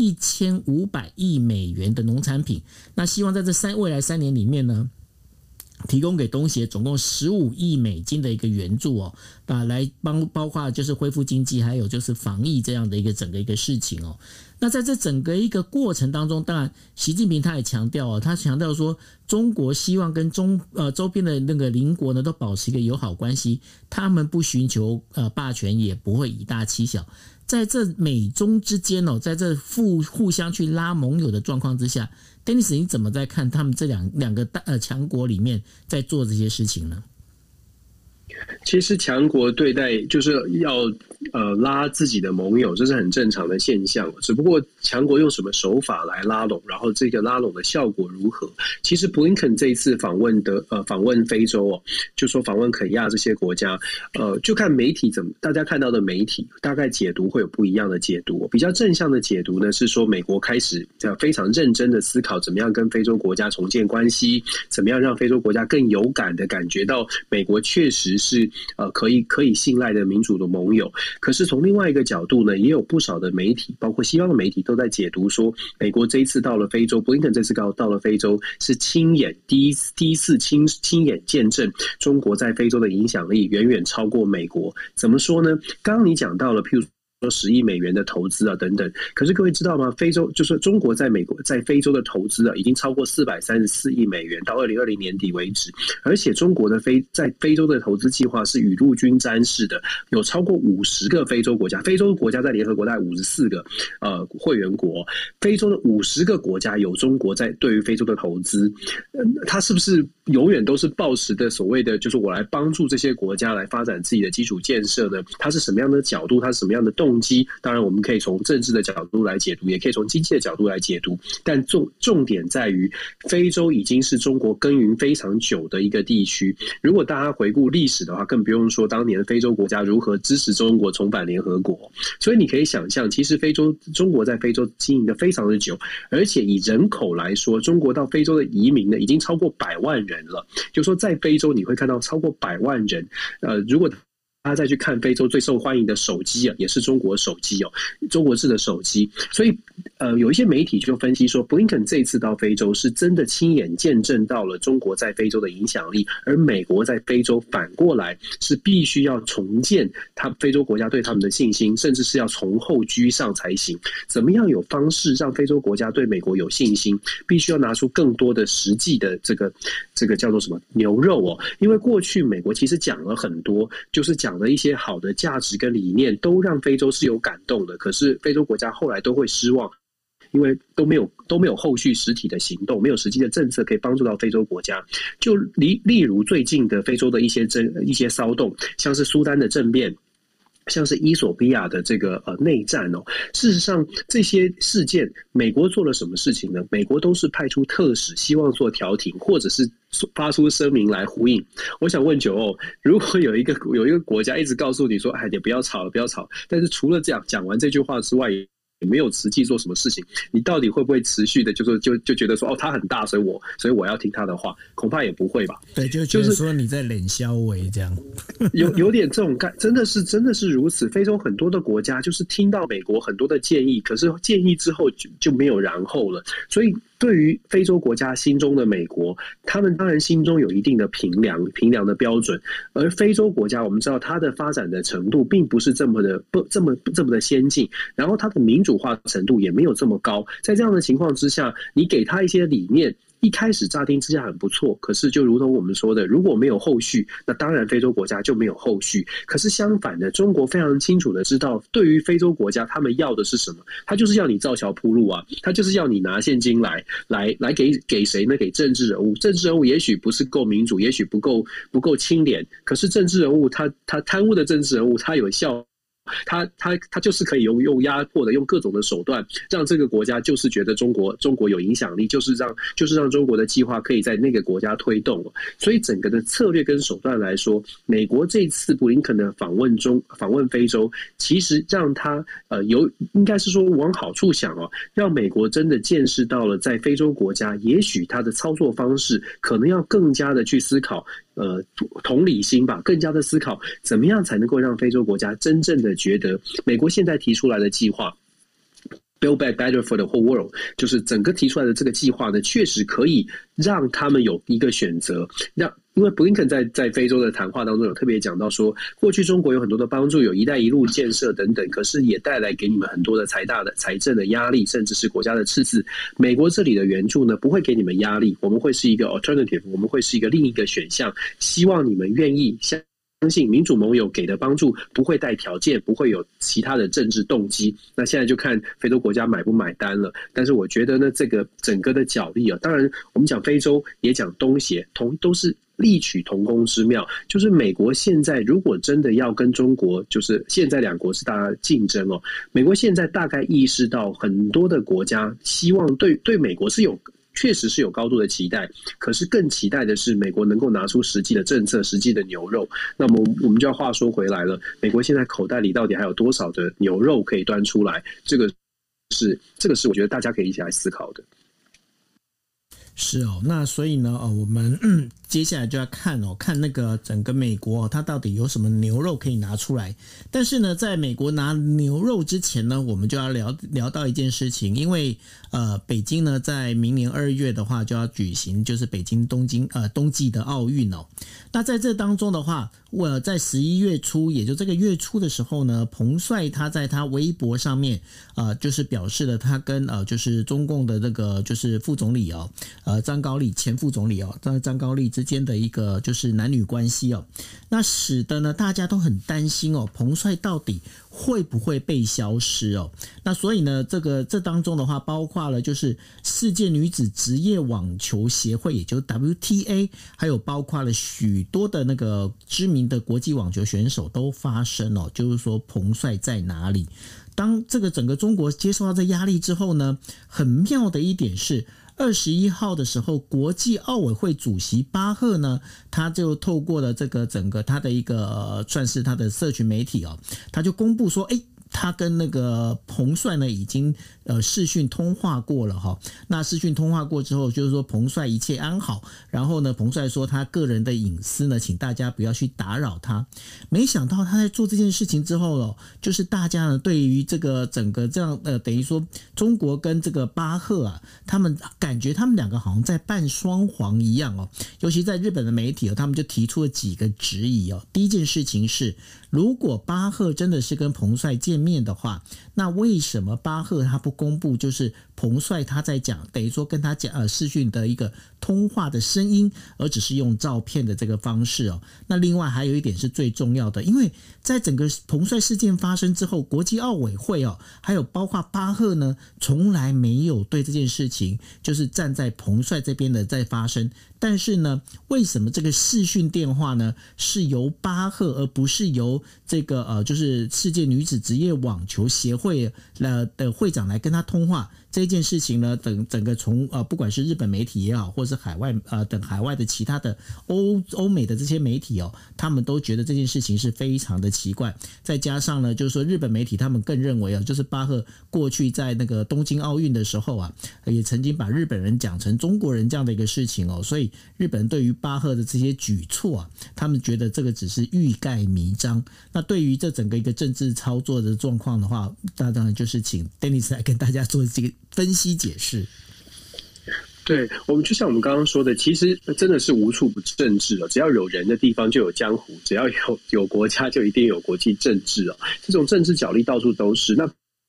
1500亿美元的农产品。那希望在未来3年里面呢，提供给东协总共15亿美金的一个援助来包括就是恢复经济，还有就是防疫这样的一个整个一个事情那在这整个一个过程当中，当然习近平他也强调他强调说中国希望跟周边的那个邻国呢都保持一个友好关系，他们不寻求霸权，也不会以大欺小。在这美中之间在这互相去拉盟友的状况之下，Dennis 你怎么在看他们这两个强国里面在做这些事情呢？ 其实强国对待就是要拉自己的盟友，这是很正常的现象。只不过强国用什么手法来拉拢，然后这个拉拢的效果如何？其实布林肯这一次访问非洲就说访问肯亚这些国家，就看媒体大家看到的媒体大概解读会有不一样的解读。比较正向的解读呢是说美国开始非常认真的思考怎么样跟非洲国家重建关系，怎么样让非洲国家更有感的感觉到美国确实是可以信赖的民主的盟友。可是从另外一个角度呢，也有不少的媒体，包括西方的媒体都在解读说，美国这一次到了非洲，布林肯这次到了非洲是第一次亲眼见证中国在非洲的影响力远远超过美国。怎么说呢？刚刚你讲到了，譬如说10亿美元的投资等等，可是各位知道吗？非洲就是中国在非洲的投资已经超过434亿美元，到2020年底为止。而且中国的在非洲的投资计划是雨露均沾式的，有超过50个非洲国家，非洲国家在联合国大概54个会员国，非洲的50个国家有中国在对于非洲的投资。它是不是永远都是抱持的所谓的就是我来帮助这些国家来发展自己的基础建设呢？它是什么样的角度？它是什么样的动机？当然我们可以从政治的角度来解读，也可以从经济的角度来解读，但重点在于非洲已经是中国耕耘非常久的一个地区。如果大家回顾历史的话，更不用说当年非洲国家如何支持中国重返联合国。所以你可以想象，其实中国在非洲经营的非常的久，而且以人口来说，中国到非洲的移民呢已经超过100万人了。就是说在非洲你会看到超过100万人。如果大家再去看非洲最受欢迎的手机也是中国手机中国制的手机。所以有一些媒体就分析说，布林肯这一次到非洲是真的亲眼见证到了中国在非洲的影响力，而美国在非洲反过来是必须要重建非洲国家对他们的信心，甚至是要从后居上才行。怎么样有方式让非洲国家对美国有信心？必须要拿出更多的实际的这个叫做什么牛肉因为过去美国其实讲了很多，就是讲了一些好的价值跟理念，都让非洲是有感动的，可是非洲国家后来都会失望，因为都没有后续实体的行动，没有实际的政策可以帮助到非洲国家。就例如最近的非洲的一些骚动，像是苏丹的政变，像是伊索比亚的这个内战事实上这些事件美国做了什么事情呢？美国都是派出特使，希望做调停，或者是发出声明来呼应。我想问九如果有一个国家一直告诉你说，你不要吵了，不要吵，但是除了这样讲完这句话之外也没有实际做什么事情，你到底会不会持续的就觉得说他很大，所以我要听他的话？恐怕也不会吧。 对，就是说你在冷消维这样， 有点这种真的是如此。非洲很多的国家就是听到美国很多的建议，可是建议之后就没有然后了。所以对于非洲国家心中的美国，他们当然心中有一定的评量的标准，而非洲国家我们知道它的发展的程度并不是这么的先进，然后它的民主化程度也没有这么高。在这样的情况之下，你给他一些理念， 一开始乍听之下很不错，可是就如同我们说的，如果没有后续，那当然非洲国家就没有后续。可是相反的，中国非常清楚的知道，对于非洲国家，他们要的是什么？他就是要你造桥铺路啊，他就是要你拿现金来给谁呢？给政治人物。政治人物也许不是够民主，也许不够清廉，可是政治人物他贪污的政治人物，他有效。他就是可以用压迫的，用各种的手段，让这个国家就是觉得中国有影响力，就是让中国的计划可以在那个国家推动。所以整个的策略跟手段来说，美国这次布林肯的访问非洲，其实让他应该是说往好处想哦，让美国真的见识到了在非洲国家，也许他的操作方式可能要更加的去思考。同理心吧，更加的思考怎么样才能够让非洲国家真正的觉得美国现在提出来的计划 Build Back Better for the whole world， 就是整个提出来的这个计划呢，确实可以让他们有一个选择，因为布林肯在非洲的谈话当中有特别讲到说，过去中国有很多的帮助，有一带一路建设等等，可是也带来给你们很多的财政的压力，甚至是国家的赤字。美国这里的援助呢，不会给你们压力，我们会是一个 alternative， 我们会是一个另一个选项，希望你们愿意相信民主盟友给的帮助不会带条件，不会有其他的政治动机。那现在就看非洲国家买不买单了。但是我觉得呢，这个整个的角力啊，当然我们讲非洲也讲东协，都是异曲同工之妙。就是美国现在如果真的要跟中国，就是现在两国是大家竞争哦，美国现在大概意识到很多的国家希望对美国确实是有高度的期待，可是更期待的是美国能够拿出实际的政策、实际的牛肉。那么我们就要话说回来了，美国现在口袋里到底还有多少的牛肉可以端出来？这个是我觉得大家可以一起来思考的。 是哦，那所以呢，我们接下来就要看那个整个美国它到底有什么牛肉可以拿出来。但是呢，在美国拿牛肉之前呢，我们就要聊到一件事情，因为北京呢在明年2月的话就要举行就是北京冬季的奥运哦。那在这当中的话，我在11月初，也就这个月初的时候呢，彭帅他在他微博上面就是表示了他跟就是中共的这个就是副总理张高丽前副总理张高丽之间的一个就是男女关系那使得呢大家都很担心彭帅到底会不会被消失那所以呢这当中的话，包括了就是世界女子职业网球协会，也就是 WTA， 还有包括了许多的那个知名的国际网球选手都发声就是说彭帅在哪里。当这个整个中国接受到这压力之后呢，很妙的一点是21号的时候，国际奥委会主席巴赫呢，他就透过了这个整个他的一个算是他的社群媒体他就公布说他跟那个彭帅呢已经视讯通话过了那视讯通话过之后，就是说彭帅一切安好，然后呢彭帅说他个人的隐私呢，请大家不要去打扰他。没想到他在做这件事情之后就是大家呢对于这个整个这样等于说中国跟这个巴赫他们感觉他们两个好像在扮双簧一样尤其在日本的媒体他们就提出了几个质疑第一件事情是，如果巴赫真的是跟彭帅见面的话，那为什么巴赫他不公布就是彭帅他在讲，等于说跟他讲视讯的一个通话的声音，而只是用照片的这个方式那另外还有一点是最重要的，因为在整个彭帅事件发生之后，国际奥委会还有包括巴赫呢，从来没有对这件事情就是站在彭帅这边的在发生。但是呢，为什么这个视讯电话呢是由巴赫而不是由这个就是世界女子职业网球协会的会长来跟他通话？这件事情呢，整个从不管是日本媒体也好，或是海外的其他的欧美的这些媒体他们都觉得这件事情是非常的奇怪。再加上呢，就是说日本媒体他们更认为就是巴赫过去在那个东京奥运的时候也曾经把日本人讲成中国人这样的一个事情所以日本人对于巴赫的这些举措他们觉得这个只是欲盖弥彰。那对于这整个一个政治操作的状况的话，那当然就是请 Dennis 来跟大家做这个分析解释。 对，我们就像我们刚刚说的，其实真的是无处不政治只要有人的地方就有江湖，只要有国家就一定有国际政治这种政治角力到处都是。那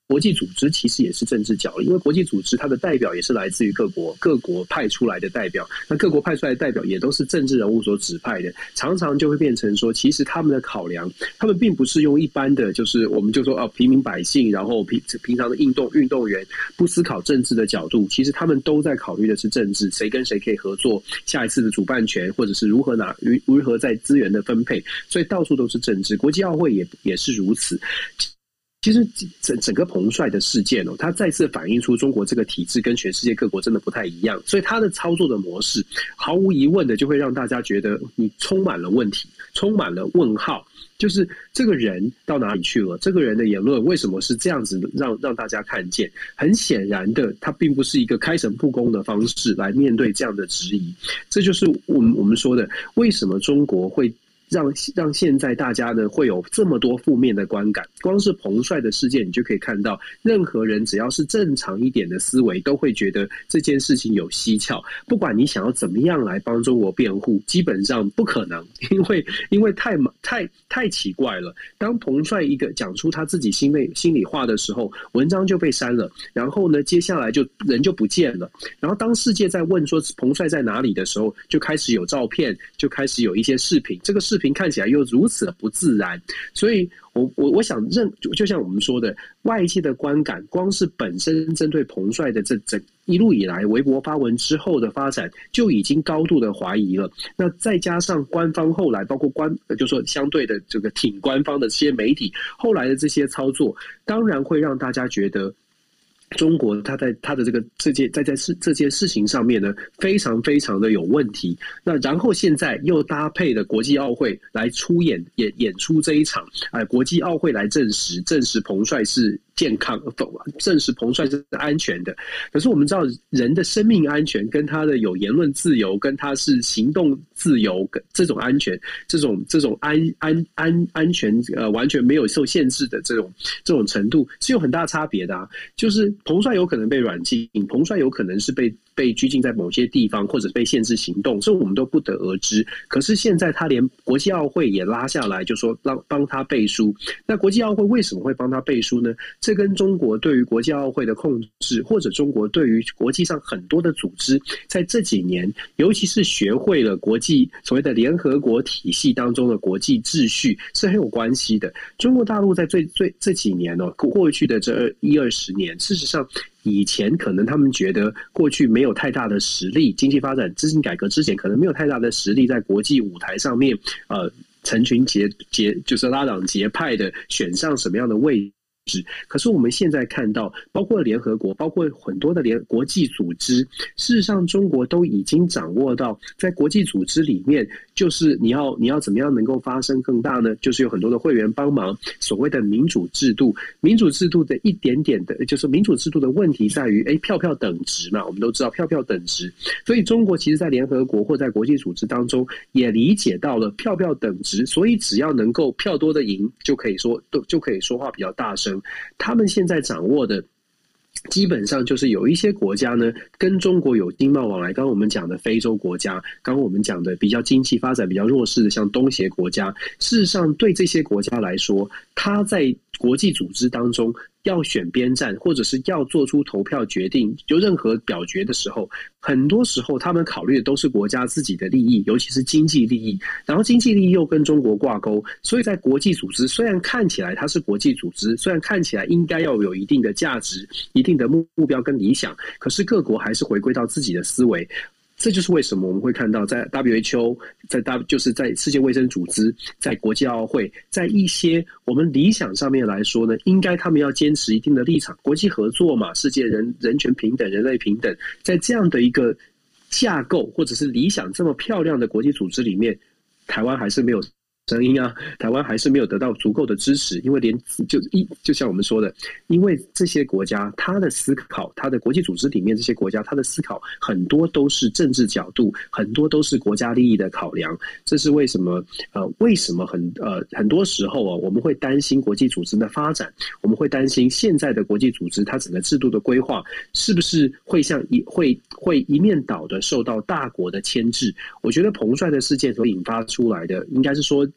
国际组织其实也是政治角力，因为国际组织它的代表也是来自于各国派出来的代表，那各国派出来的代表也都是政治人物所指派的，常常就会变成说，其实他们的考量，他们并不是用一般的就是我们就说平民百姓，然后平常的运动员不思考政治的角度，其实他们都在考虑的是政治，谁跟谁可以合作，下一次的主办权，或者是如何在资源的分配，所以到处都是政治。国际奥会也是如此。其实整个彭帅的事件它再次反映出中国这个体制跟全世界各国真的不太一样，所以他的操作的模式毫无疑问的就会让大家觉得你充满了问题，充满了问号，就是这个人到哪里去了，这个人的言论为什么是这样子让大家看见，很显然的他并不是一个开诚布公的方式来面对这样的质疑，这就是我们说的为什么中国会让现在大家呢会有这么多负面的观感。光是彭帅的事件你就可以看到，任何人只要是正常一点的思维都会觉得这件事情有蹊跷，不管你想要怎么样来帮中国辩护，基本上不可能，因为太奇怪了。当彭帅一个讲出他自己心里话的时候，文章就被删了，然后呢接下来人就不见了，然后当世界在问说彭帅在哪里的时候，就开始有照片，就开始有一些视频，这个视频看起来又如此的不自然，所以我想就像我们说的，外界的观感，光是本身针对彭帅的这一路以来微博发文之后的发展，就已经高度的怀疑了。那再加上官方后来包括就说相对的这个挺官方的这些媒体后来的这些操作，当然会让大家觉得中国他在他的这件事情上面呢，非常非常的有问题。那然后现在又搭配了国际奥会来演出这一场，国际奥会来证实彭帅是健康，证实彭帅是安全的。可是我们知道，人的生命安全跟他的有言论自由，跟他是行动自由，这种安全，这种安全完全没有受限制的这种程度是有很大差别的啊。就是彭帅有可能被软禁，彭帅有可能是被拘禁在某些地方，或者被限制行动，这我们都不得而知。可是现在他连国际奥会也拉下来，就说帮他背书。那国际奥会为什么会帮他背书呢？这跟中国对于国际奥会的控制，或者中国对于国际上很多的组织，在这几年，尤其是学会了国际所谓的联合国体系当中的国际秩序，是很有关系的。中国大陆在这几年过去的这10-20年，事实上以前可能他们觉得过去没有太大的实力，经济发展、资金改革之前可能没有太大的实力在国际舞台上面，成群就是拉党结派的选上什么样的位置。可是我们现在看到，包括联合国，包括很多的国际组织，事实上中国都已经掌握到，在国际组织里面，就是你要怎么样能够发声更大呢？就是有很多的会员帮忙，所谓的民主制度的一点点的，就是民主制度的问题在于，票等值嘛，我们都知道票等值，所以中国其实在联合国或在国际组织当中也理解到了票等值，所以只要能够票多的赢，就可以说话比较大声。他们现在掌握的基本上就是有一些国家呢跟中国有经贸往来，刚刚我们讲的非洲国家，刚刚我们讲的比较经济发展比较弱势的像东协国家，事实上对这些国家来说，他在国际组织当中要选边站，或者是要做出投票决定，就任何表决的时候，很多时候他们考虑的都是国家自己的利益，尤其是经济利益，然后经济利益又跟中国挂钩，所以在国际组织虽然看起来它是国际组织，虽然看起来应该要有一定的价值、一定的目标跟理想，可是各国还是回归到自己的思维。这就是为什么我们会看到在 WHO， 就是在世界卫生组织，在国际奥会，在一些我们理想上面来说呢，应该他们要坚持一定的立场，国际合作嘛，世界人权平等、人类平等，在这样的一个架构或者是理想这么漂亮的国际组织里面，台湾还是没有声音啊，台湾还是没有得到足够的支持，因为就像我们说的，因为这些国家他的思考，他的国际组织里面这些国家他的思考很多都是政治角度，很多都是国家利益的考量，这是为什么很多时候我们会担心国际组织的发展，我们会担心现在的国际组织它整个制度的规划是不是会一面倒的受到大国的牵制。我觉得彭帅的事件所引发出来的，应该是说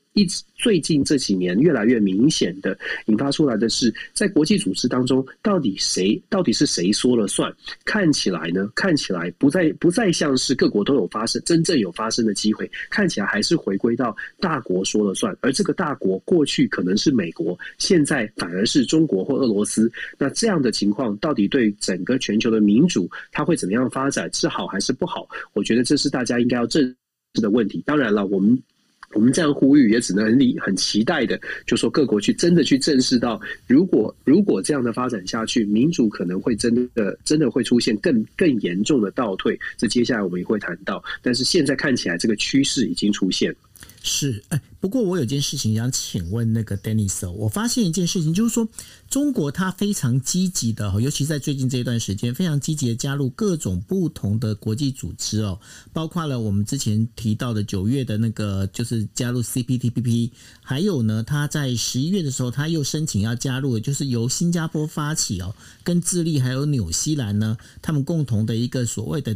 最近这几年越来越明显的引发出来的是，在国际组织当中，到底是谁说了算？看起来不再像是各国都有真正有发生的机会，看起来还是回归到大国说了算。而这个大国过去可能是美国，现在反而是中国或俄罗斯。那这样的情况到底对整个全球的民主它会怎么样发展，是好还是不好？我觉得这是大家应该要正视的问题。当然了，我们这样呼吁也只能很期待的，就说各国真的去正视到，如果这样的发展下去，民主可能会真的会出现更严重的倒退。这接下来我们也会谈到，但是现在看起来这个趋势已经出现了。 是，不过我有件事情想请问那个 Dennis， 我发现一件事情，就是说中国它非常积极的，尤其在最近这一段时间，非常积极的加入各种不同的国际组织哦，包括了我们之前提到的9月的那个就是加入 CPTPP， 还有呢，他在11月的时候他又申请要加入，就是由新加坡发起哦，跟智利还有纽西兰呢，他们共同的一个所谓的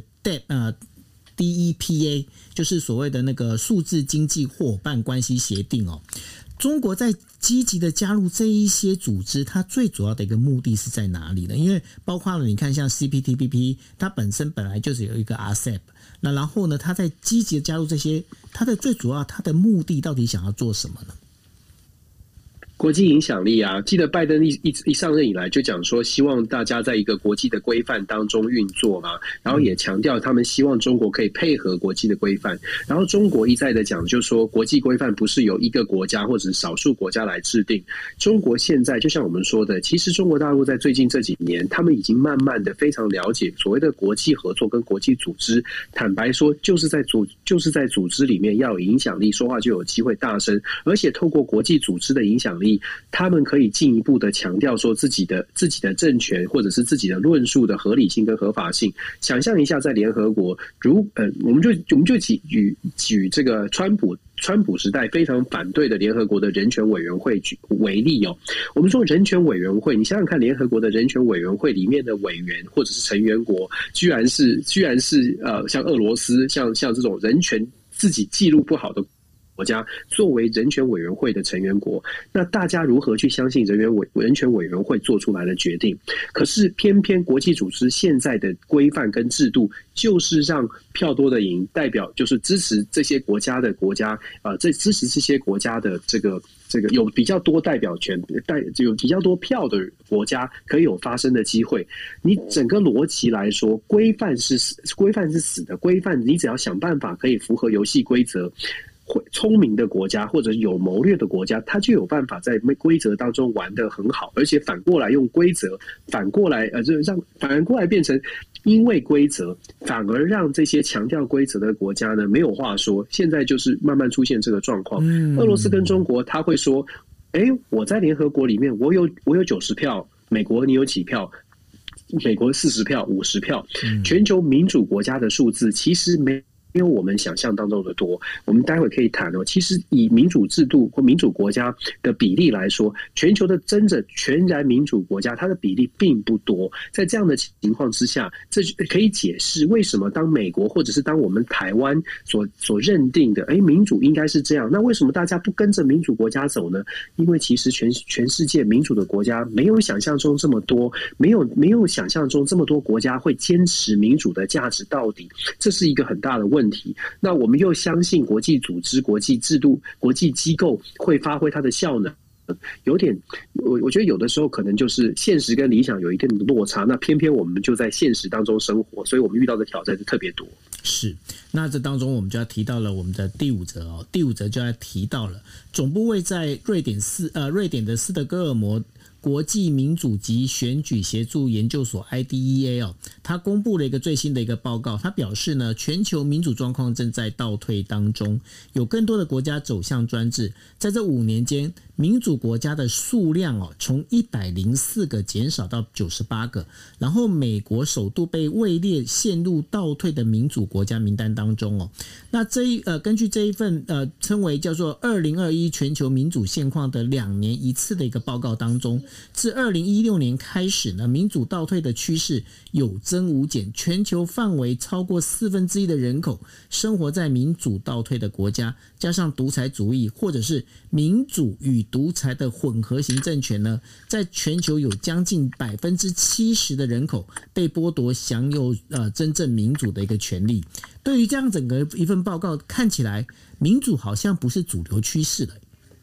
DEPA， 就是所谓的那个数字经济伙伴关系协定哦。中国在积极的加入这一些组织，它最主要的一个目的是在哪里呢？因为包括了你看像 CPTPP， 它本来就是有一个 RCEP， 那然后呢，它在积极的加入这些，它的最主要它的目的到底想要做什么呢？ 国际影响力啊，记得拜登一上任以来就讲说，希望大家在一个国际的规范当中运作嘛，然后也强调他们希望中国可以配合国际的规范。然后中国一再的讲，就说国际规范不是由一个国家或者是少数国家来制定。中国现在就像我们说的，其实中国大陆在最近这几年，他们已经慢慢的非常了解所谓的国际合作跟国际组织。坦白说，就是在组织里面要有影响力，说话就有机会大声，而且透过国际组织的影响力，他们可以进一步的强调说自己的政权或者是自己的论述的合理性跟合法性。想象一下，在联合国，我们就举这个川普时代非常反对的联合国的人权委员会为例哦。我们说人权委员会，你想想看，联合国的人权委员会里面的委员或者是成员国，居然是像俄罗斯，像这种人权自己记录不好的国家作为人权委员会的成员国，那大家如何去相信人权委员会做出来的决定？可是偏偏国际组织现在的规范跟制度，就是让票多的赢，代表就是支持这些国家的支持这些国家的这个有比较多代表权、有比较多票的国家可以有发声的机会。你整个逻辑来说，规范是死的，规范你只要想办法可以符合游戏规则。聪明的国家或者有谋略的国家，他就有办法在规则当中玩得很好，而且反过来用规则反过来变成因为规则反而让这些强调规则的国家呢没有话说。现在就是慢慢出现这个状况。俄罗斯跟中国他会说，我在联合国里面我有90票，美国你有几票？美国40票、50票。全球民主国家的数字其实没有我们想象当中的多。我们待会可以谈哦。其实以民主制度或民主国家的比例来说，全球的真正全然民主国家，它的比例并不多。在这样的情况之下，这可以解释为什么当美国或者是当我们台湾所认定的，民主应该是这样，那为什么大家不跟着民主国家走呢？因为其实全世界民主的国家没有想象中这么多，没有想象中这么多国家会坚持民主的价值到底，这是一个很大的问题。那我们又相信国际组织、国际制度、国际机构会发挥它的效能，有点，我觉得有的时候可能就是现实跟理想有一定的落差，那偏偏我们就在现实当中生活，所以我们遇到的挑战就特别多。 是，那这当中我们就要提到了我们的第五则哦，第五则就要提到了总部位在瑞典的斯德哥尔摩国际民主及选举协助研究所 IDEA 哦，他公布了一个最新的一个报告，他表示呢，全球民主状况正在倒退当中，有更多的国家走向专制，在这5年间，民主国家的数量哦，从104个减少到98个，然后美国首度被位列陷入倒退的民主国家名单当中哦。那根据这一份称为叫做2021全球民主现况的2年一次的一个报告当中， 自2016年开始呢，民主倒退的趋势有增无减，全球范围超过1/4的人口生活在民主倒退的国家，加上独裁主义或者是民主与独裁的混合型政权呢，在全球有将近70%的人口被剥夺享有真正民主的一个权利。对于这样整个一份报告，看起来民主好像不是主流趋势了。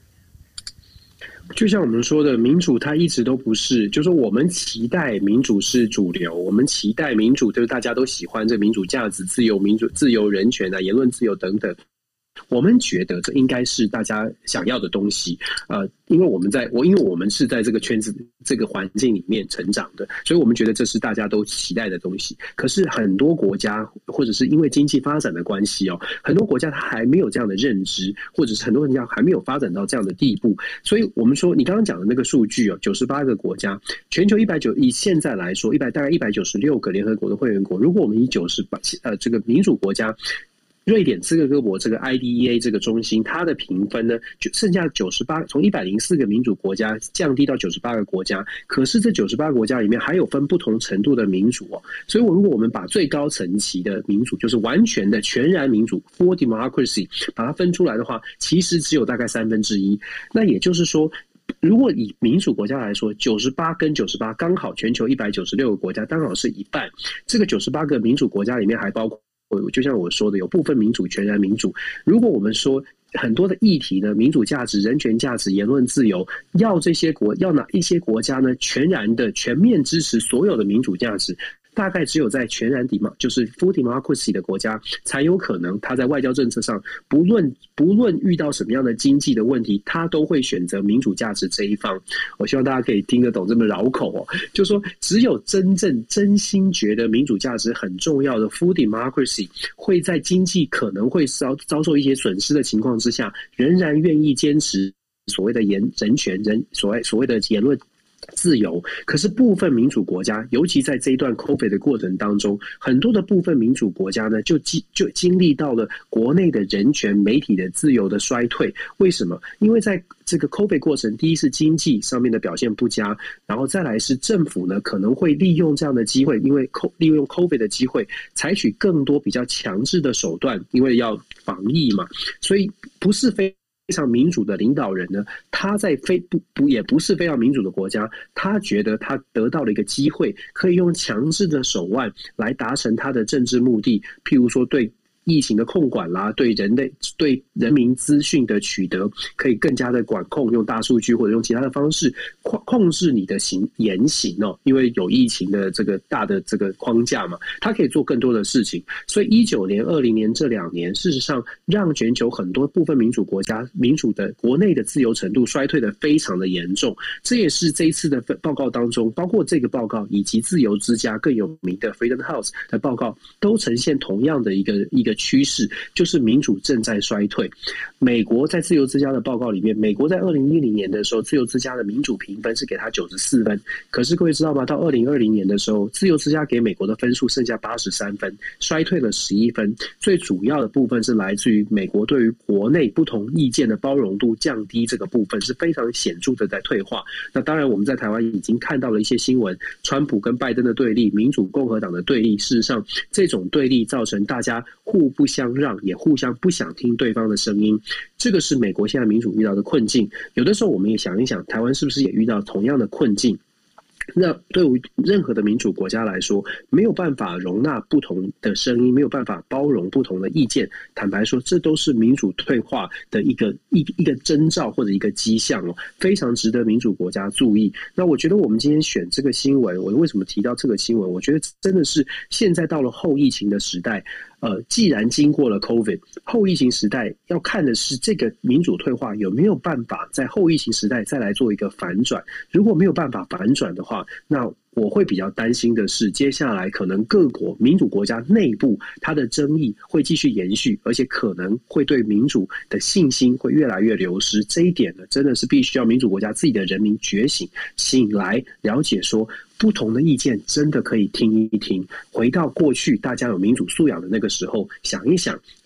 就像我们说的，民主它一直都不是，就是说我们期待民主是主流，我们期待民主就是大家都喜欢这民主价值、自由、民主、自由、人权啊、言论自由等等。我们觉得这应该是大家想要的东西，因为我们是在这个圈子、这个环境里面成长的，所以我们觉得这是大家都期待的东西。可是很多国家，或者是因为经济发展的关系很多国家它还没有这样的认知，或者是很多国家还没有发展到这样的地步。所以我们说，你刚刚讲的那个数据98个国家，全球以现在来说，大概196个联合国的会员国，如果我们以这个民主国家。瑞典斯德哥尔摩这个 IDEA 这个中心，它的评分呢，就剩下98，从104个民主国家降低到98个国家。可是这98个国家里面还有分不同程度的民主所以如果我们把最高层级的民主，就是完全的全然民主 （full democracy） 把它分出来的话，其实只有大概1/3。那也就是说，如果以民主国家来说，98跟98刚好全球196个国家刚好是一半。这个98个民主国家里面还包括。就像我说的，有部分民主、全然民主。如果我们说很多的议题呢，民主价值、人权价值、言论自由，要哪一些国家呢，全然的、全面支持所有的民主价值。大概只有在全然就是 full democracy 的国家，才有可能他在外交政策上，不论遇到什么样的经济的问题，他都会选择民主价值这一方。我希望大家可以听得懂这么绕口就是说，只有真正真心觉得民主价值很重要的 full democracy， 会在经济可能会遭受一些损失的情况之下，仍然愿意坚持所谓的人权、所谓的言论自由。可是部分民主国家，尤其在这一段 COVID 的过程当中，很多的部分民主国家呢，就经历到了国内的人权、媒体的自由的衰退。为什么？因为在这个 COVID 过程，第一是经济上面的表现不佳，然后再来是政府呢可能会利用这样的机会，因为利用 COVID 的机会，采取更多比较强制的手段，因为要防疫嘛，所以不是非常民主的领导人呢，他在也不是非常民主的国家，他觉得他得到了一个机会，可以用强制的手腕来达成他的政治目的，譬如说对疫情的控管啦，对人民资讯的取得可以更加的管控，用大数据或者用其他的方式控制你的言行因为有疫情的这个大的这个框架嘛，它可以做更多的事情。所以19年、20年这2年，事实上让全球很多部分民主国家民主的国内的自由程度衰退的非常的严重。这也是这一次的报告当中，包括这个报告以及自由之家更有名的 Freedom House 的报告，都呈现同样的一个趋势，就是民主正在衰退。美国在自由之家的报告里面，美国在2010年的时候，自由之家的民主评分是给他94分，可是各位知道吗？到2020年的时候，自由之家给美国的分数剩下83分，衰退了11分。最主要的部分是来自于美国对于国内不同意见的包容度降低，这个部分是非常显著的在退化。那当然我们在台湾已经看到了一些新闻，川普跟拜登的对立，民主共和党的对立，事实上这种对立造成大家互不相让，也互相不想听对方的声音。这个是美国现在民主遇到的困境。有的时候我们也想一想，台湾是不是也遇到同样的困境？那对于任何的民主国家来说，没有办法容纳不同的声音，没有办法包容不同的意见，坦白说，这都是民主退化的一个征兆或者一个迹象非常值得民主国家注意。那我觉得我们今天选这个新闻，我为什么提到这个新闻？我觉得真的是现在到了后疫情的时代。既然经过了 COVID 后疫情时代，要看的是这个民主退化有没有办法在后疫情时代再来做一个反转。如果没有办法反转的话，那我会比较担心的是，接下来可能各国民主国家内部它的争议会继续延续，而且可能会对民主的信心会越来越流失。这一点呢，真的是必须要民主国家自己的人民觉醒来了解说，不同的意见真的可以听一听，回到过去大家有民主素养的那个时候，想一想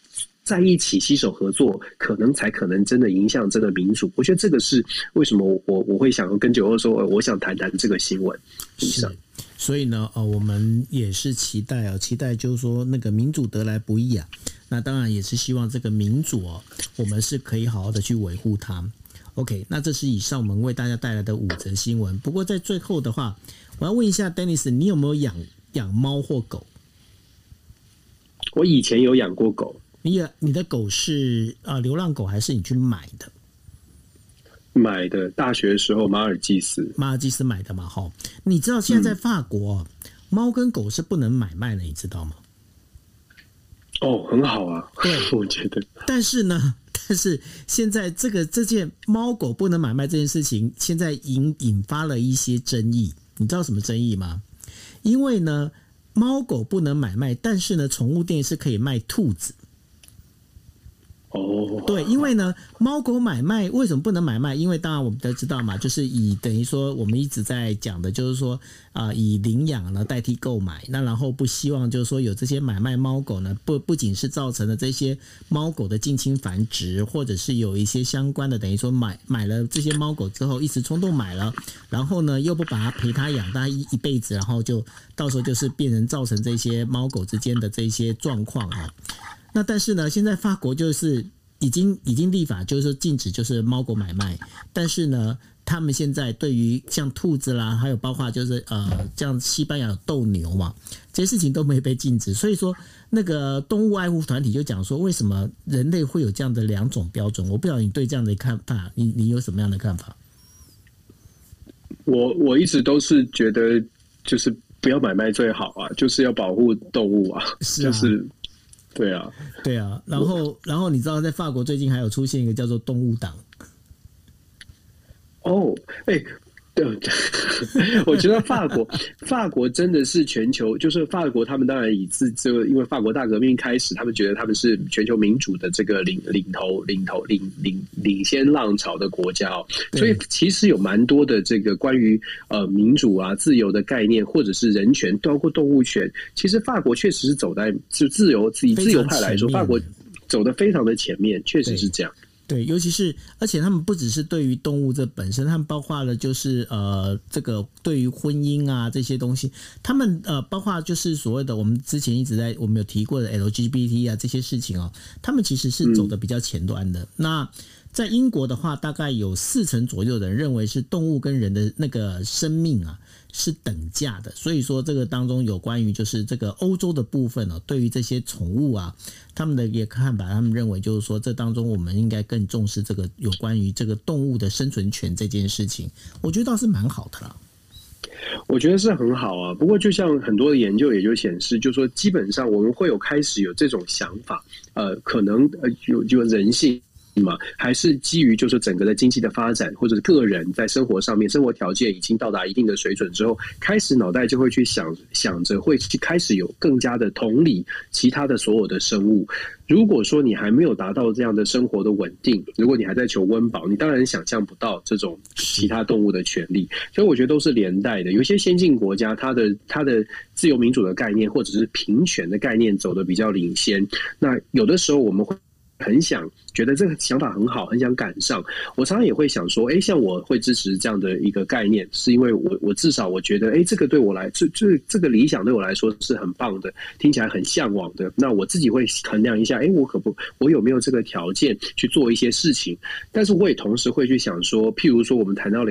在一起携手合作，可能真的影响真的民主。我觉得这个是为什么我会想跟92说，我想谈谈这个新闻。 是，所以呢，我们也是期待就是说那个民主得来不易啊。那当然也是希望这个民主我们是可以好好的去维护它。OK， 那这是以上我们为大家带来的5则新闻。不过在最后的话，我要问一下 Dennis， 你有没有养猫或狗？ 我以前有养过狗。 你的狗是流浪狗还是你去买的？ 买的，大学的时候马尔济斯买的嘛，哈。你知道现在在法国，猫跟狗是不能买卖的，你知道吗？ 很好啊， 对， 我觉得。 但是现在这件猫狗不能买卖这件事情，现在引发了一些争议。你知道什么争议吗？因为呢，猫狗不能买卖，但是呢，宠物店是可以卖兔子。对，因为呢，猫狗买卖为什么不能买卖？因为当然我们都知道嘛，就是等于说我们一直在讲的，就是说以领养呢代替购买。那然后不希望就是说有这些买卖猫狗呢，不仅是造成了这些猫狗的近亲繁殖，或者是有一些相关的，等于说买了这些猫狗之后一时冲动买了，然后呢又不把它陪它养大一辈子，然后就到时候就是变成造成这些猫狗之间的这些状况啊。那但是呢，现在法国就是已经立法，就是说禁止就是猫狗买卖。但是呢，他们现在对于像兔子啦，还有包括就是像西班牙有斗牛嘛，这些事情都没被禁止。所以说，那个动物爱护团体就讲说，为什么人类会有这样的2种标准？我不知道你对这样的看法，你有什么样的看法？ 我一直都是觉得，就是不要买卖最好啊，就是要保护动物啊， 是啊， 就是对啊。 然后你知道，在法国最近还有出现一个叫做动物党。对，我觉得法国真的是全球，就是法国他们当然因为法国大革命开始，他们觉得他们是全球民主的这个领先浪潮的国家所以其实有蛮多的这个关于民主啊、自由的概念，或者是人权，包括动物权，其实法国确实是走在就自由派来说，法国走得非常的前面，确实是这样。对，尤其是而且他们不只是对于动物这本身，他们包括了就是这个对于婚姻啊这些东西，他们包括就是所谓的我们之前一直我们有提过的 LGBT 啊这些事情他们其实是走的比较前端的。那在英国的话，大概有40%左右的人认为是动物跟人的那个生命是等价的，所以说这个当中有关于就是这个欧洲的部分对于这些宠物他们的一个看法，他们认为就是说这当中我们应该更重视这个有关于这个动物的生存权这件事情，我觉得倒是蛮好的啦。 我觉得是很好啊，不过就像很多的研究也就显示，就是说基本上我们会开始有这种想法，可能有人性。还是基于就是整个的经济的发展，或者是个人在生活上面生活条件已经到达一定的水准之后，开始脑袋就会去想着会开始有更加的同理其他的所有的生物。如果说你还没有达到这样的生活的稳定，如果你还在求温饱，你当然想象不到这种其他动物的权利。所以我觉得都是连带的。有些先进国家它的自由民主的概念或者是平权的概念走得比较领先，那有的时候我们会很想觉得这个想法很好，很想赶上。我常常也会想说，像我会支持这样的一个概念，是因为我至少我觉得，这个对我来，这个理想对我来说是很棒的，听起来很向往的。那我自己会衡量一下，我有没有这个条件去做一些事情？但是我也同时会去想说，譬如说我们谈到了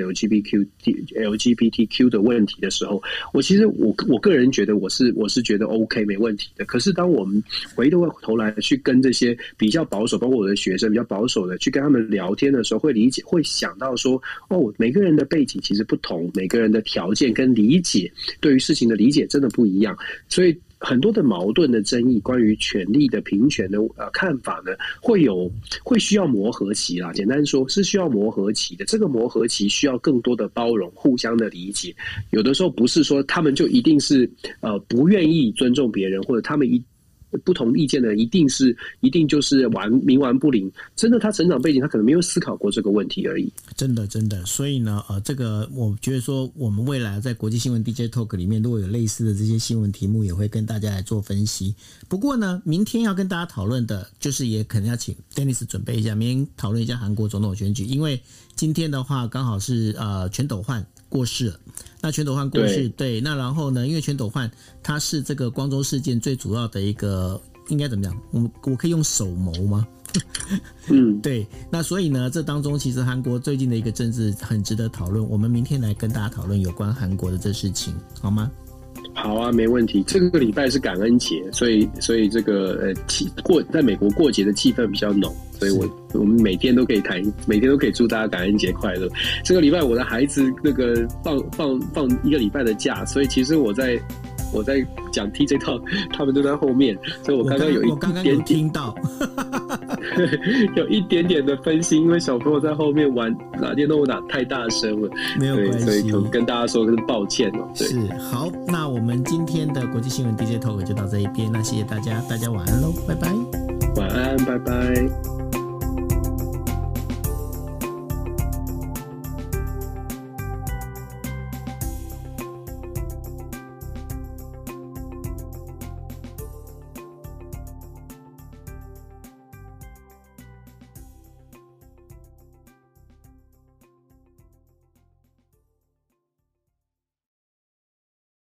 LGBTQ 的问题的时候，其实我个人觉得我是觉得 OK 没问题的。可是当我们回过头来去跟这些比较保守，包括我的学生比较保守的去跟他们聊天的时候，会想到说，每个人的背景其实不同，每个人的条件跟理解对于事情的理解真的不一样，所以很多的矛盾的争议，关于权利的平权的看法呢，会需要磨合期啦。简单说是需要磨合期的，这个磨合期需要更多的包容，互相的理解。有的时候不是说他们就一定是不愿意尊重别人，或者他们不同意见的人一定就是冥顽不灵。真的，他成长背景他可能没有思考过这个问题而已。 真的，所以呢，这个我觉得说，我们未来在国际新闻 DJ Talk 里面，如果有类似的这些新闻题目，也会跟大家来做分析。不过呢，明天要跟大家讨论的，就是也可能要请 Dennis 准备一下，明天讨论一下韩国总统选举，因为今天的话刚好是全斗焕过世了。那全斗焕过世，对，那然后呢，因为全斗焕他是这个光州事件最主要的一个，应该怎么讲？我可以用首谋吗？对，那所以呢，这当中其实韩国最近的一个政治很值得讨论。我们明天来跟大家讨论有关韩国的这事情，好吗？ 好啊，没问题。这个礼拜是感恩节，所以这个在美国过节的气氛比较浓，所以我们每天都可以祝大家感恩节快乐。这个礼拜我的孩子那个放一个礼拜的假，所以其实我在讲 TJ Talk， 他们都在后面，所以我刚刚有听到有一点点的分心，因为小朋友在后面打电动打太大声了， 没有关系， 所以跟大家说抱歉哦。 是，好，那我们今天的国际新闻 DJ Talk 就到这一边，那谢谢大家，大家晚安喽，拜拜。 晚安，拜拜。